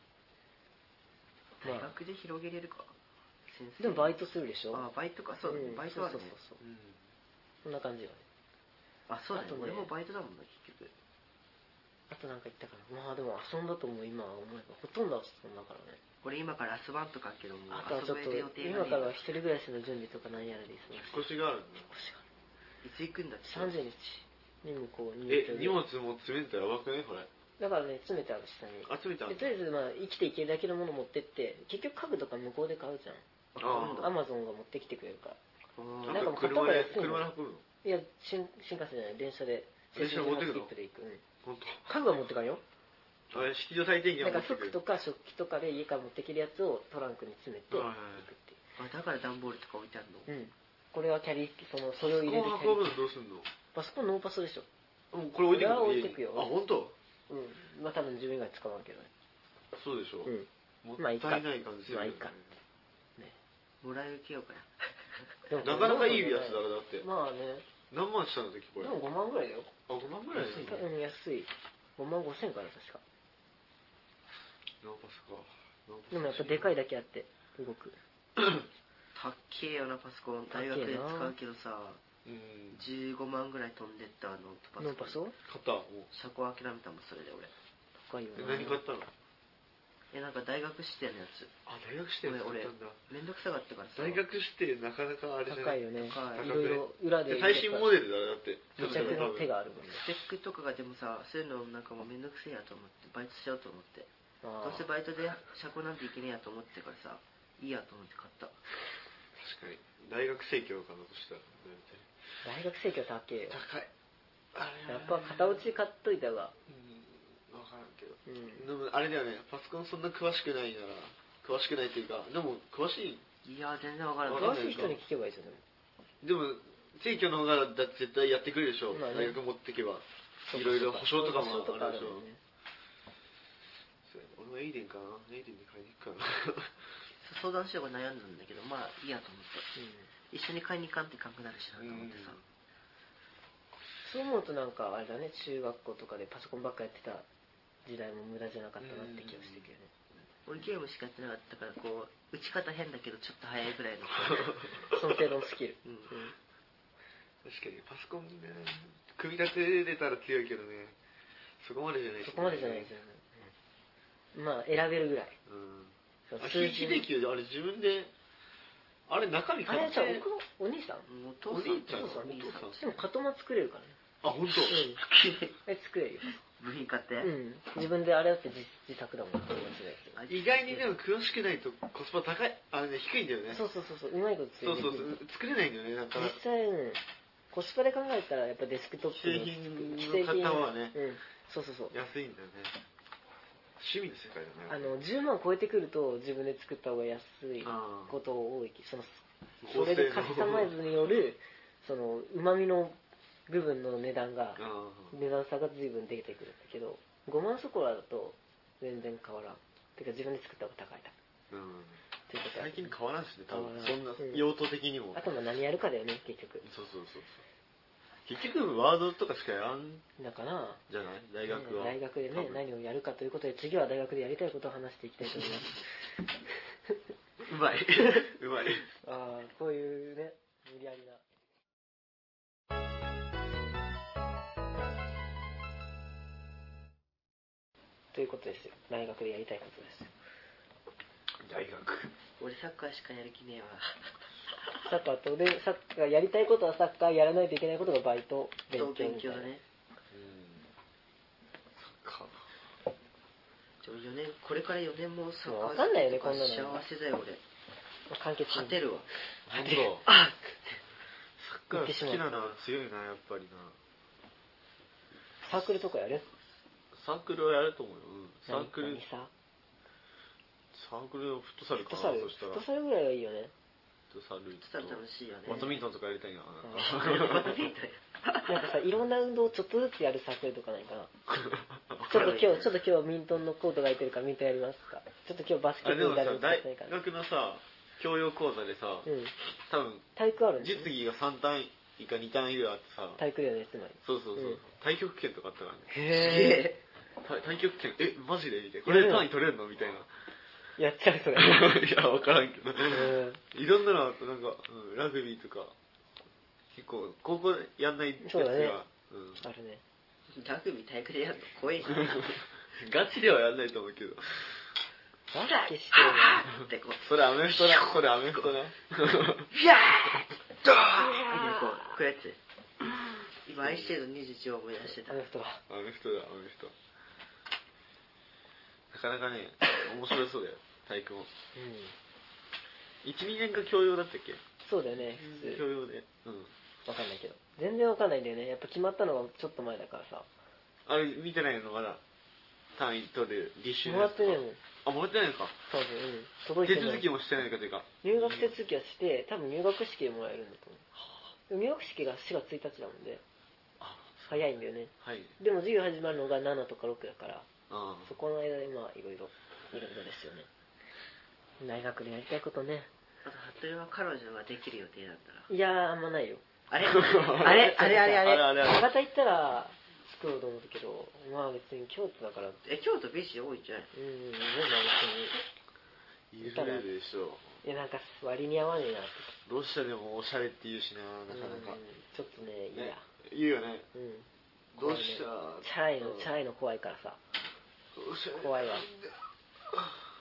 あるね大学で広げれるか先生。 でもバイトするでしょあ、バイトか、そうだね。 んバイトはね。 そうそうそううんそんな感じよねあ、そうだねあと。ね俺もバイトだもんな、結局。 あとなんか言ったかなまあでも遊んだと思う今思えばほとんど遊んだからね俺今から遊ばんとかけども、 あとはちょっと遊べる予定今がねからは一人暮らしの準備とか何やらで忙しい引っ越しがあるんだいつ行くんだって。 さんじゅうにちに向こうにえ荷物も詰めんとやばくねこれだからね詰めてある下に集めたんでとりあえずまあ生きていけるだけのもの持ってって結局家具とか向こうで買うじゃんあアマゾンが持ってきてくれるからうんなんかもう車で買った方が安いの車で運ぶのいや新新幹線じゃない電車で電車持ってくのスキップで行く、うん、 本当家具は持ってかんよあれ必要最低限なんかは持ってくる服とか食器とかで家から持ってきるやつをトランクに詰めて行はいはいはいくっていあ、だから段ボールとか置いてあるのう、うん、これはキャリーそのそれを入れるキャこう運ぶリーのどうすんのパソコンノーパソでしょもうこれ置いてくのこれは置いてくよ家にあ本当うんまあ多分自分以外使わんけどねそうでしょうんもったいない感じするよねまあいいかねもらい受けようかな。 でもなかなかいいやつだろだってまあね何万したんだっけこれでもごまんぐらいだよあごまんぐらいだようん安いごまんごせんかな確かノーパスかでもやっぱでかいだけあって動くたっけえよな、パソコン。大学で使うけどさ、 うんじゅうごまんぐらい飛んでったノートパソコン。 ノーパソ買ったもう車高諦めたもん、それで俺。 高いよえな何買ったのなんか大学指定のやつ。 あ、大学指定のやつ俺めんどくさかったからさ。 大学指定なかなかあれじゃない。 高いよね。 高いいろいろ裏で最新モデルだだってめちゃくちゃ手があるもんね。 スペックとかがでもさ、そういうのなんかもうめんどくせえやと思ってバイトしようと思って、どうせバイトで車庫なんていけねえやと思ってからさ、いいやと思って買った。 確かに大学生協かなとしたら大学生協高えよ。 高い。 やっぱ片落ち買っといた方が、 うん分からんけど、 うん、 でもあれだよね、パソコンそんな詳しくないなら、詳しくないっていうか、でも詳しい。 いや全然分からない。 詳しい人に聞けばいいじゃん。 でも生協の方がだって絶対やってくれるでしょ、まあね、大学持ってけばいろいろ保証とかもあるでしょ。俺はエイデンかな、エイデンで買いに行くかな。 相談しようが悩んだんだけど、まあいいやと思って、うん、一緒に買いに行かんといかんくなるしなと思ってさ、うん、 そう思うとなんかあれだね、中学校とかでパソコンばっかやってた時代も無駄じゃなかったなって気がしてくるね。 俺ゲームしかやってなかったから、こう打ち方変だけどちょっと早いぐらいのその程度のスキル、うんうん、 確かにパソコンね組み立てれたら強いけどね、そこまでじゃないし、ね、 そこまでじゃないですよね、うん、まあ選べるぐらい、うん、 そう数字できるあれ自分であれ中身買って、 あれじゃあお兄さんお父さんお父さんでも型も作れるからね。 あ、本当。うん、 え作れるよ。 部品買って。 うん。自分であれだって自自作だもん。 意外にでも詳しくないとコスパ高い、あれね低いんだよね。 そうそうそうそう、うまいこと作れそうそうそう作れないんだよね。なんか実際、うん、コスパで考えたらやっぱデスクトップの既製品の方はね、 うん、そうそうそう。 安いんだよね。趣味の世界だね。 あのじゅうまん超えてくると自分で作った方が安いこと多い。そのそれでカスタマイズによるその旨味の部分の値段が値段差が随分出てくるんだけど、ごまんそこらだと全然変わらん。てか自分で作った方が高いだ。うん。 最近変わらんしね、多分そんな用途的にも。 あとは何やるかだよね結局。 そうそうそうそう。結局ワードとかしかやらんだからじゃない大学は、 ね、大学でね何をやるかということで、次は大学でやりたいことを話していきたいと思いますうまい。うまい。 ああ、こういうね、無理やりな。ということですよ。大学でやりたいことですよ。 大学。 俺サッカーしかやる気ねえわ。 サッカーと、で、サッカーやりたいことはサッカー、やらないといけないことがバイト、 勉強みたいな。勉強だね。 うん。サッカー。 ちょよねんこれからよねんもサッカーわかんないよねこんなの。 幸せだよ俺。 完結勝てるわ。 勝てる。あっ。サッカー好きなのは強いなやっぱりな。 サークルとかやる？ サークルはやると思うよ。うん、サークル。 何さ？ サークルフットサルかな。 フットサルぐらいがいいよね。 フットサル。 フットサル楽しいよね。 バドミントンとかやりたいな。 バドミントンや。 なんかさ、いろんな運動をちょっとずつやるサークルとかないかな。ちょっと今日、ちょっと今日ミントンのコートが空いてるからミントンやりますか。ちょっと今日バスケットやるみたいな。 大学のさ、教養講座でさ、うん、多分、 体育あるん実技がさん単位かに単位ぐらいあってさ、 体育だよね、つまり。 そうそうそう。うん、太極拳とかあったからね。 へぇー。太極拳、え、マジでみたいな。これ単位取れるのみたいな。 やっちゃう、それ。 いや、わからんけど。いろんなのあと、なんか、うん、ラグビーとか、結構、高校やんないやつが、 そうだね、 うん、 あるね。 ラグビー体育でやるの怖いな。 ガチではやんないと思うけど。 バスケしてるな。 ってこう。 それアメフトだ。それアメフトだ。 ビャードーンこう、こうやって。今、アイシェードにじゅういちを思い出してた。 アメフトだ。 アメフトだ、アメフト。なかなかね、面白そうだよ、体育も。うん。いち、にねんか教養だったっけ？ そうだよね、 普通。教養で。うん。 わかんないけど。全然わかんないんだよね。やっぱ決まったのがちょっと前だからさ。 あれ、見てないのまだ。単位取る、履修もらってねえもん。 あ、もらってないのか。 多分、うん。届いてない。 手続きもしてないかというか。 入学手続きはして、多分入学式でもらえるんだと思う。入学式がしがついたちなもんで。早いんだよね。 はい。 でも授業始まるのがしちとかろくだから、 あそこの間でまあいろいろ、いろいろですよね。大学でやりたいことね。 あと、服部は彼女ができる予定だったら。 いやー、あんまないよ。 あれあれあれあれあれあれあれ博多行ったら作ろうと思うけど、まあ別に京都だから。 え、京都ビーチ多いじゃん。 うん、でも別に。 いるでしょう。いや、なんか割に合わねえなって。 ロシアでもおしゃれって言うしな、なかなか。 ちょっとね、いいや。 言うよね。 うん。 どうしたチャラいの、チャラいの怖いからさ。怖いわ。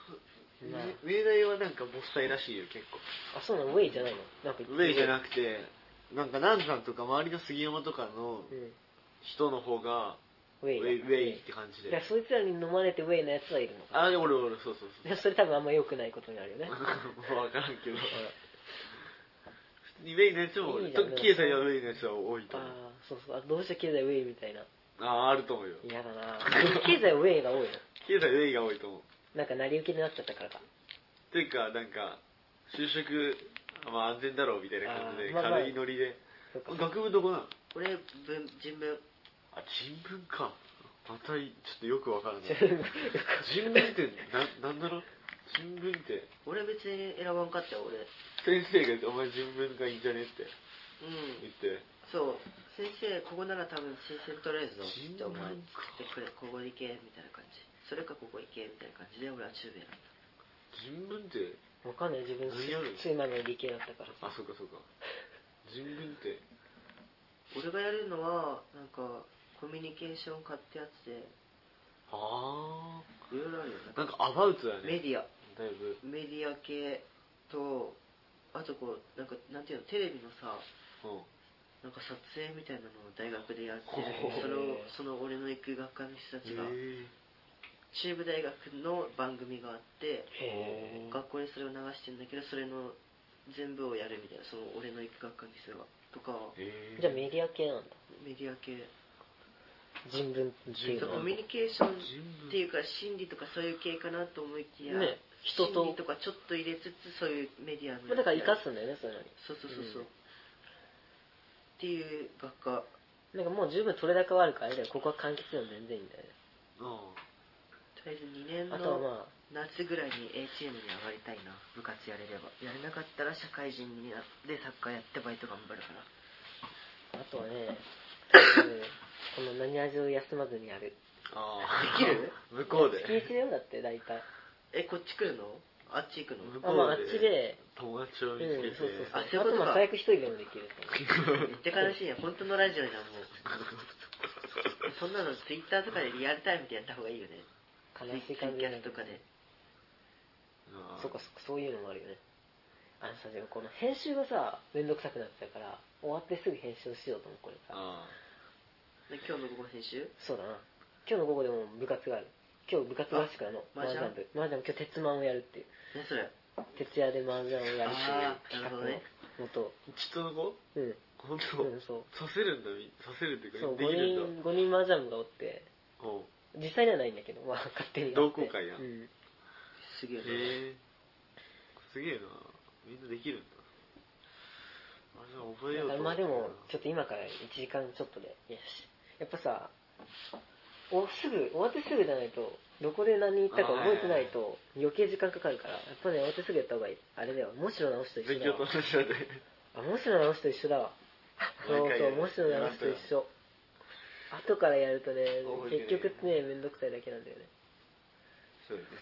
明大はなんかボスタイらしいよ結構。 あ、そうなの？ウェイじゃないの？なんかウェイじゃなくて、なんか南山とか周りの杉山とかの人の方がウェイウェイ、ウェイって感じで。 いや、そいつらに飲まれてウェイのやつはいるのか。 あ、で俺俺そうそうそう。 いや、それ多分あんま良くないことになるよね。 もう分からんけど。普通にウェイのやつも、 いいじゃん経済はウェイのやつは多いと思う。 ああ、そうそう。あ、どうして経済ウェイみたいな。 ああ、あると思うよ。 嫌だな。経済ウェイが多いの。 経済ウェイが多いと思う。 なんか成り行きになっちゃったからか。 というか、なんか、就職、まあ安全だろうみたいな感じで、 あーまあまあ軽いノリで。 そっか学部どこなの？ 俺文人文。 あ、人文か。また、ちょっとよくわからない。人文ってな、なんだろう？人文って。 俺別に選ばんかったよ、俺。 先生が、お前人文がいいんじゃねってうん言って。 そう先生ここなら多分新鮮取れるぞ人ってお前文かってくれ、ここ行けみたいな感じ、それかここ行けみたいな感じで俺は中米なんだ。 人文ってわかんない、自分何やるの？ つい今の理系だったからさ。 あ、そうかそうか。人文って俺がやるのはなんかコミュニケーション科ってやつで、 あいろいろあるよね。 あ、なんかアバウトだね。 メディアだいぶ。 メディア系と、あとこうなんかなんていうの、テレビのさ、 うん。 なんか撮影みたいなのを大学でやってる。 ほうそれをその俺の行く学科の人たちがへ中部大学の番組があって、 へー。 学校でそれを流してるんだけど、それの全部をやるみたいな、その俺の行く学科の人がとか、 え。 じゃあメディア系なんだ。 メディア系、 人文っていうのは。 コミュニケーションっていうか心理とかそういう系かなと思いきや、 ね、人と心理とかちょっと入れつつそういうメディアのまあだから生かすんだよね、そういうのに。 そうそうそうそう、 うんっていう学科。 なんかもう十分取れ高はあるからあれだよ、ここは完結でも全然いいんだよね。 うん。 とりあえずにねんあとはのまあ夏ぐらいに A チームに上がりたいな、部活やれれば。やれなかったら社会人になってサッカーやってバイト頑張るから。 あとはね、この何味を休まずにやる。 ああ。 できる？ 向こうで。 月いちだよ、だって大体。 え、こっち来るの？あっち行くの？ 向あ、まああっちで、 友達を見つけて。 うん、そうそうそう。 あそういうことかあとまあ最悪一人でもできる。 めっちゃ悲しいや、本当のラジオじゃん、もう。そんなのツイッターとかでリアルタイムでやった方がいいよね。 悲しいツイキ感じだねャスとかで。 あーそうかそうか、そういうのもあるよね。あのさ、でもこの編集がさ、めんどくさくなってたから、終わってすぐ編集をしようと思う、これさ。 あで今日の午後編集？ そうだな。今日の午後でも部活がある。今日部活合宿なの。 あ麻雀部。麻雀、今日鉄マンをやるっていう。 何それ？ 徹夜で麻雀をやるっていうあーなるほどね企画のもと。 ー。ちっとの子？ うん。 本当？ うん、そう。 させるんだ、みさせるっていうか、 そう、 できるんだ。 ごにん、ごにん麻雀部がおって、 うん。 実際にはないんだけど、まあ勝手にやって。 同好会やうん。 すげえな。 へえ。すげえな。みんなできるんだ。あ、じゃあ覚えようと思ってまあでも、ちょっと今からいちじかんちょっとで、よし。やっぱさ、おすぐ、終わってすぐじゃないと、どこで何言ったか覚えてないと余計時間かかるから、やっぱね、終わってすぐやった方がいい。あれだよ、もしろ直しと一緒だわ勉強と。同じだね。 あ、もしろ直しと一緒だわ。そうそう、もしろ直しと一緒。後からやるとね、結局ね、めんどくさいだけなんだよね。 そうだね。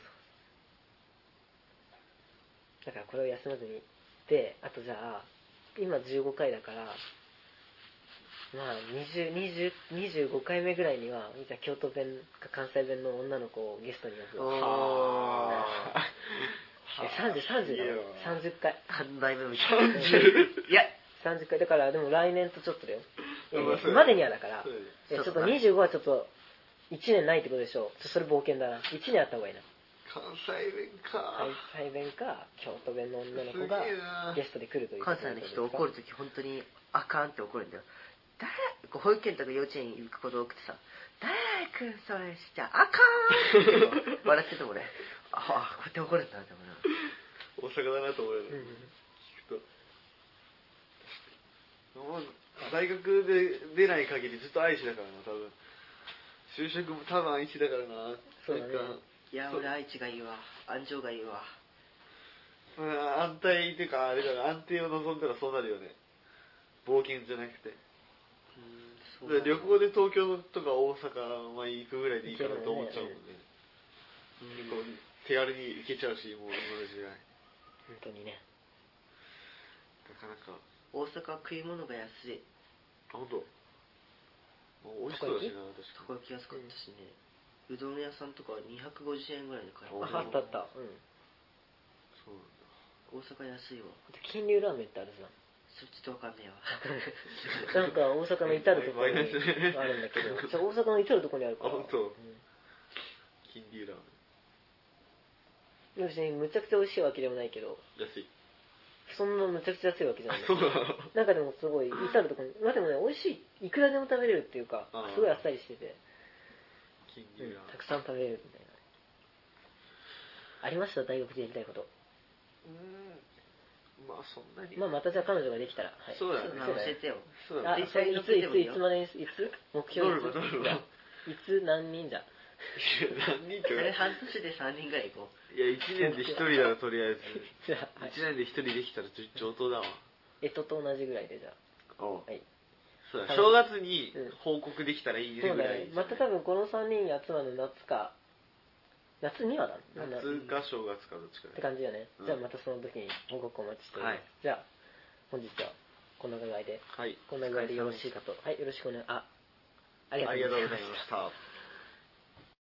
だからこれを休まずに。で、あとじゃあ、今じゅうごかいだから、まあにじゅう、にじゅう、にじゅうごかいめぐらいには、じゃあ京都弁か関西弁の女の子をゲストに呼ぶわ。 はえ、さんじゅう、さんじゅうだよ。さんじゅっかい。 三代目みたいな。いや、 さんじゅっかい。だから、でも来年とちょっとだよ。えまあそうだねまでにはだから、 そうだねえちょっとにじゅうごはちょっと、いちねんないってことでしょ。それ冒険だな。いちねんあった方がいいな。 関西弁か。 関西弁か、京都弁の女の子がすげえなゲストで来るという。 関西の人怒るとき本当にあかんって怒るんだよ。誰こう保育園とか幼稚園行くこと多くてさ、誰くんそれしちゃあかんって笑ってても俺、ああ、こうやって怒るんだって思うな。 大阪だなと思うよね。 うん聞くと。もう大学で出ない限りずっと愛知だからな、多分。就職も多分愛知だからな。 そうだねなんかいや、俺愛知がいいわ。安城がいいわ。 うん安泰っていうか、あれだな、安定を望んだらそうなるよね。冒険じゃなくて。 うん、 だから旅行で東京とか大阪、まあ、行くぐらいでいいかなと思っちゃうもんね。結構手軽に行けちゃうし、もう今の時代。 本当にね。 なかなか。 大阪は食い物が安い。 あ、ほんと。美味しそうだしな、確かたこ焼き安かったしね。うどん屋さんとかはにひゃくごじゅうえんぐらいで買える。 おあ、あったあった。うん。 そうなん大阪安いわ。 金龍ラーメンってあるじゃん。 それちょっとわかんねえわ。 なんか大阪の至るところにあるんだけど、じゃあ大阪の至るところにあるから。 あ、本当。 うん、 金龍ラーメン。別にむちゃくちゃ美味しいわけでもないけど、 安い。 そんなむちゃくちゃ安いわけじゃない。 そうなの。 なんかでもすごい至るところに、まあでもね、美味しい、いくらでも食べれるっていうか、すごいあっさりしてて、 金うん、 龍ラーメン。 たくさん食べれるみたいな。ありました大学でやりたいこと。 うーん。まあそんなに。 まあまたじゃあ彼女ができたら、はい、 そうだね。 教えてよ。 そうだね。 あ、それいついついつまでに、いつ目標いつどればどればいつ何人じゃ。 何人か。 あれ半年でさんにんぐらい行こいや、いちねんでひとりだろ、とりあえず。 じゃあ、はいいちねんでひとりできたら上等だわ。 えとと同じぐらいでじゃあ。 おう。 はい。 そうだ、正月に報告できたらいいねそうぐらい。 だね。また多分このさんにん集まるの夏か、夏にはだね。 夏か正月かどっちかって感じだね。 うんじゃあまたその時に報告お待ちしております。 はいじゃあ、本日はこんなぐらいで、 はい。 こんなぐらいでよろしいかと。はい、よろしくお願い、あ、ありがあとうございましたりがとうございました。